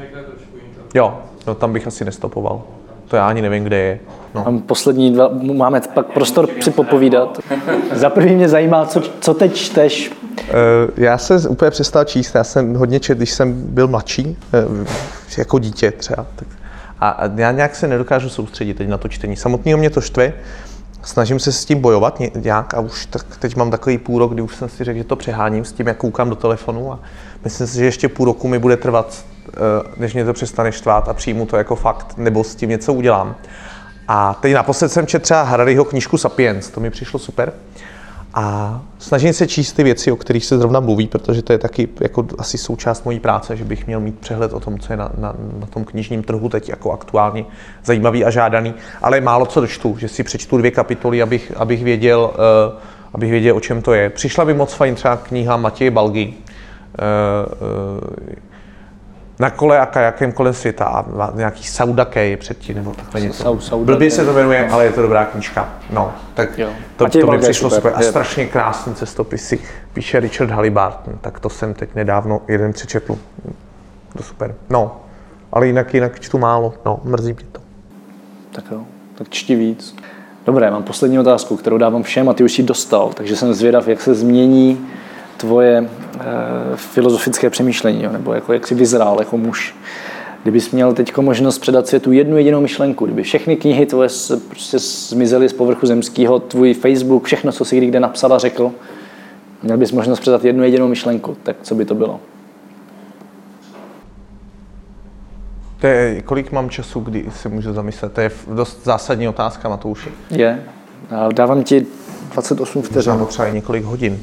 Jo, no tam bych asi nestopoval. To já ani nevím, kde je. No. Mám poslední dva, máme pak prostor si popovídat. Za první mě zajímá, co teď čteš? Já jsem úplně přestal číst, já jsem hodně četl, když jsem byl mladší, jako dítě třeba. A já nějak se nedokážu soustředit teď na to čtení. Samotného mě to štve, snažím se s tím bojovat nějak a už teď mám takový půl rok, kdy už jsem si řekl, že to přeháním s tím, jak koukám do telefonu a myslím si, že ještě půl roku mi bude trvat, než mě to přestane štvát a přijmu to jako fakt, nebo s tím něco udělám. A teď naposled jsem četl třeba Harariho knížku Sapiens, to mi přišlo super. A snažím se číst ty věci, o kterých se zrovna mluví, protože to je taky jako asi součást mojí práce, že bych měl mít přehled o tom, co je na tom knižním trhu teď jako aktuálně zajímavý a žádaný. Ale málo co dočtu, že si přečtu 2 kapitoly, abych věděl, o čem to je. Přišla mi moc fajn třeba kniha Matěje Balgy, Na kole a kajakem kolem světa a nějaký Saudake je předtím, nebo takhle něco. Blbě se to jmenuje, ale je to dobrá knížka. No, tak to mi přišlo super. A strašně krásný cestopisy. Píše Richard Halliburton, tak to jsem teď nedávno jeden přečetl. To super. No, ale jinak čtu málo, no, mrzí mě to. Tak jo, tak čti víc. Dobré, mám poslední otázku, kterou dávám všem a ty už ji dostal, takže jsem zvědav, jak se změní tvoje filozofické přemýšlení, jo? Nebo jak jsi vyzrál jako muž. Kdybys měl teď možnost předat světu jednu jedinou myšlenku, kdyby všechny knihy tvoje prostě zmizely z povrchu zemského, tvůj Facebook, všechno, co jsi kdy kde napsal a řekl, měl bys možnost předat jednu jedinou myšlenku, tak co by to bylo? To je, kolik mám času, kdy se můžu zamyslet? To je dost zásadní otázka, Matouši. Je. Dávám ti 28 vteřin. Třeba několik hodin.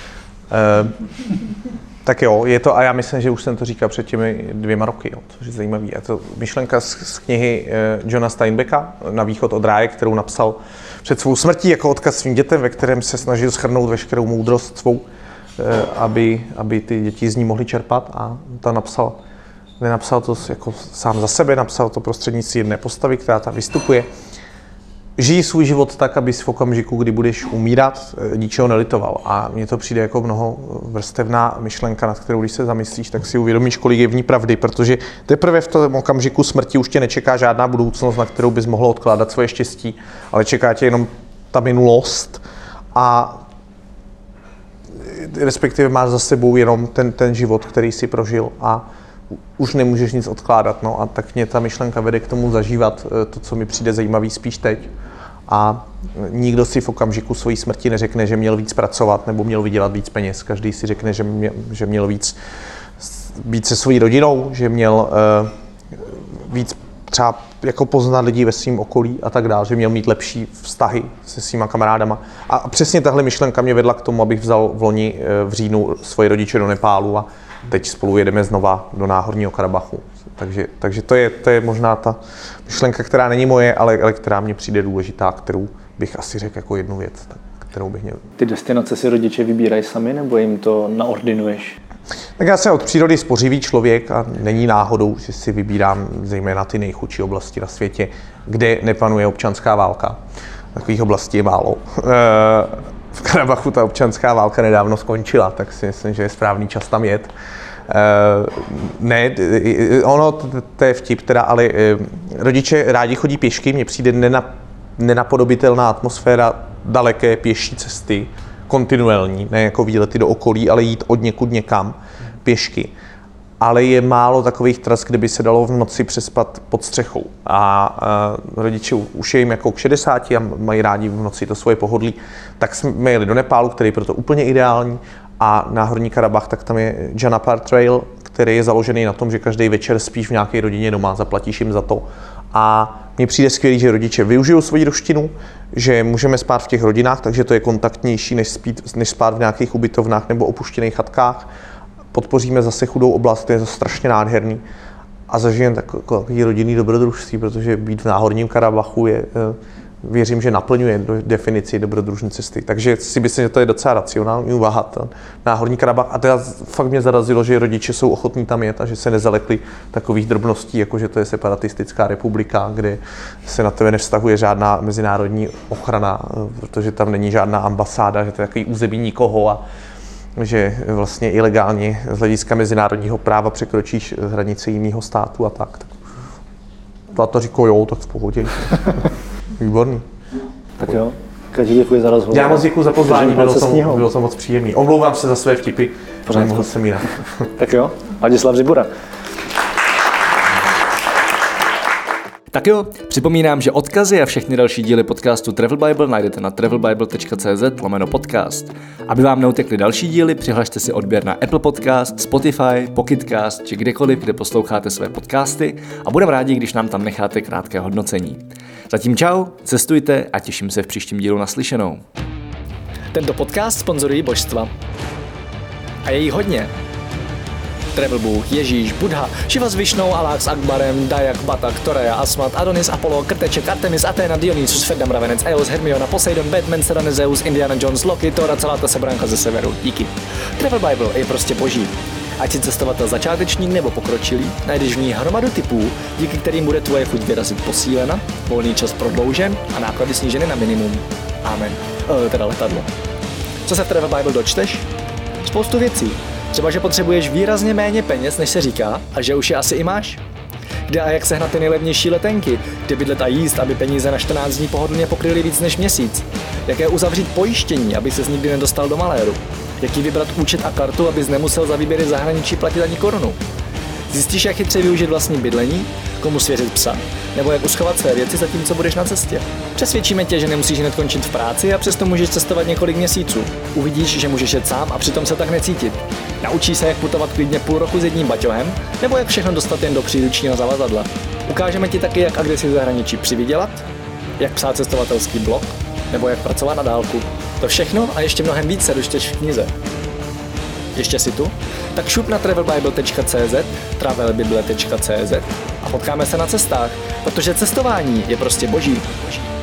Tak jo, je to, a já myslím, že už jsem to říkal před těmi 2 roky, jo, což je zajímavý. Je to myšlenka z knihy Johna Steinbecka Na východ od ráje, kterou napsal před svou smrtí jako odkaz svým dětem, ve kterém se snažil shrnout veškerou moudrost svou, aby ty děti z ní mohly čerpat, a ta nenapsal to jako sám za sebe, napsal to prostřednictvím jedné postavy, která tam vystupuje. Žij svůj život tak, abys v okamžiku, kdy budeš umírat, ničeho nelitoval. A mně to přijde jako mnohovrstevná myšlenka, nad kterou, když se zamyslíš, tak si uvědomíš, kolik je v ní pravdy, protože teprve v tom okamžiku smrti už tě nečeká žádná budoucnost, na kterou bys mohl odkládat svoje štěstí, ale čeká tě jenom ta minulost a respektive máš za sebou jenom ten život, který jsi prožil a už nemůžeš nic odkládat, no, a tak mě ta myšlenka vede k tomu zažívat to, co mi přijde zajímavý spíš teď. A nikdo si v okamžiku svojí smrti neřekne, že měl víc pracovat nebo měl vydělat víc peněz. Každý si řekne, že měl víc být se svojí rodinou, že měl víc třeba jako poznat lidi ve svém okolí a tak dále, že měl mít lepší vztahy se svýma kamarádama. A přesně tahle myšlenka mě vedla k tomu, abych vzal v loni v říjnu svoje rodiče do Nepálu a teď spolu jedeme znova do Náhorního Karabachu. Takže to je možná ta myšlenka, která není moje, ale která mně přijde důležitá, kterou bych asi řekl jako jednu věc, kterou bych měl. Ty destinace si rodiče vybírají sami, nebo jim to naordinuješ? Tak já jsem od přírody spořivý člověk a není náhodou, že si vybírám zejména ty nejchudší oblasti na světě, kde nepanuje občanská válka. Takových oblastí je málo. V Karabachu ta občanská válka nedávno skončila, tak si myslím, že je správný čas tam jet. Ne, ono, to je vtip teda, ale rodiče rádi chodí pěšky, mně přijde nenapodobitelná atmosféra daleké pěší cesty, kontinuální, ne jako výlety do okolí, ale jít od někud někam pěšky. Ale je málo takových tras, kde by se dalo v noci přespat pod střechou. A rodiče už je jim jako k 60 a mají rádi v noci to svoje pohodlí. Tak jsme jeli do Nepálu, který je proto úplně ideální. A na Horní Karabach, tak tam je Janapar Trail, který je založený na tom, že každý večer spíš v nějaké rodině doma, zaplatíš jim za to. A mně přijde skvělý, že rodiče využijou svoji ruštinu, že můžeme spát v těch rodinách, takže to je kontaktnější, než spát v nějakých ubytovnách nebo opuštěných chatkách. Podpoříme zase chudou oblast, to je to strašně nádherný. A zažijeme takový rodinný dobrodružství, protože být v Náhorním Karabachu je, věřím, že naplňuje definici dobrodružné cesty. Takže si myslím, že to je docela racionální úvaha, Náhorní Karabach. A teda fakt mě zarazilo, že rodiče jsou ochotní tam jet a že se nezalekli takových drobností, jako že to je separatistická republika, kde se na tebe nevztahuje žádná mezinárodní ochrana, protože tam není žádná ambasáda, že to je takový území nikoho a že vlastně ilegálně z hlediska mezinárodního práva překročíš hranice jiného státu a tak. Táta říkal, jo, tak v pohodě. Výborný. Tak jo, Kati, děkuji za rozhovor. Já moc děkuji za pozvání, bylo to moc příjemný. Omlouvám se za své vtipy, nemohl jsem jinak. Tak jo, Ladislav Zibura. Tak jo, připomínám, že odkazy a všechny další díly podcastu Travel Bible najdete na travelbible.cz/podcast. Aby vám neutekly další díly, přihlašte si odběr na Apple Podcast, Spotify, Pocketcast či kdekoliv, kde posloucháte své podcasty a budeme rádi, když nám tam necháte krátké hodnocení. Zatím čau, cestujte a těším se v příštím dílu naslyšenou. Tento podcast sponzorují božstva. A je jí hodně. Travel Bůh, Ježíš, Buddha, Šiva s Višnou, Alák s Akbarem, Dajak, Batak, Toreja, Asmat, Adonis, Apollo, Krteček, Artemis, Athena, Dionysus, Ferdam, Ravenec, Eos, Hermiona, Poseidon, Batman, Serena, Zeus, Indiana Jones, Loki, Thor a celá ta sebranka ze severu. Díky. Travel Bible je prostě boží. Ať si cestovatel začátečník nebo pokročilý, najdeš v ní hromadu typů, díky kterým bude tvoje chuť vyrazit posílena, volný čas prodloužen a náklady sníženy na minimum. Amen. Teda letadlo. Co se v Travel Bible dočteš? Spoustu věcí. Třeba, že potřebuješ výrazně méně peněz, než se říká, a že už je asi i máš. Kde a jak sehnat ty nejlevnější letenky, kde bydlet a jíst, aby peníze na 14 dní pohodlně pokryly víc než měsíc. Jaké uzavřít pojištění, aby ses nikdy nedostal do maléru. Jaký vybrat účet a kartu, abys nemusel za výběry zahraničí platit ani korunu. Zjistíš, jak chytře využít vlastní bydlení, komu svěřit psa, nebo jak uschovat své věci zatímco budeš na cestě. Přesvědčíme tě, že nemusíš hned končit v práci a přesto můžeš cestovat několik měsíců. Uvidíš, že můžeš jet sám a přitom se tak necítit. Naučíš se, jak putovat klidně půl roku s jedním baťohem, nebo jak všechno dostat jen do příručního zavazadla. Ukážeme ti taky, jak a kde si v zahraničí přivydělat, jak psát cestovatelský blog, nebo jak pracovat na dálku. To všechno a ještě mnohem víc se dočteš v knize. Ještě si tu? Tak šup na travelbible.cz, travelbible.cz a potkáme se na cestách, protože cestování je prostě boží.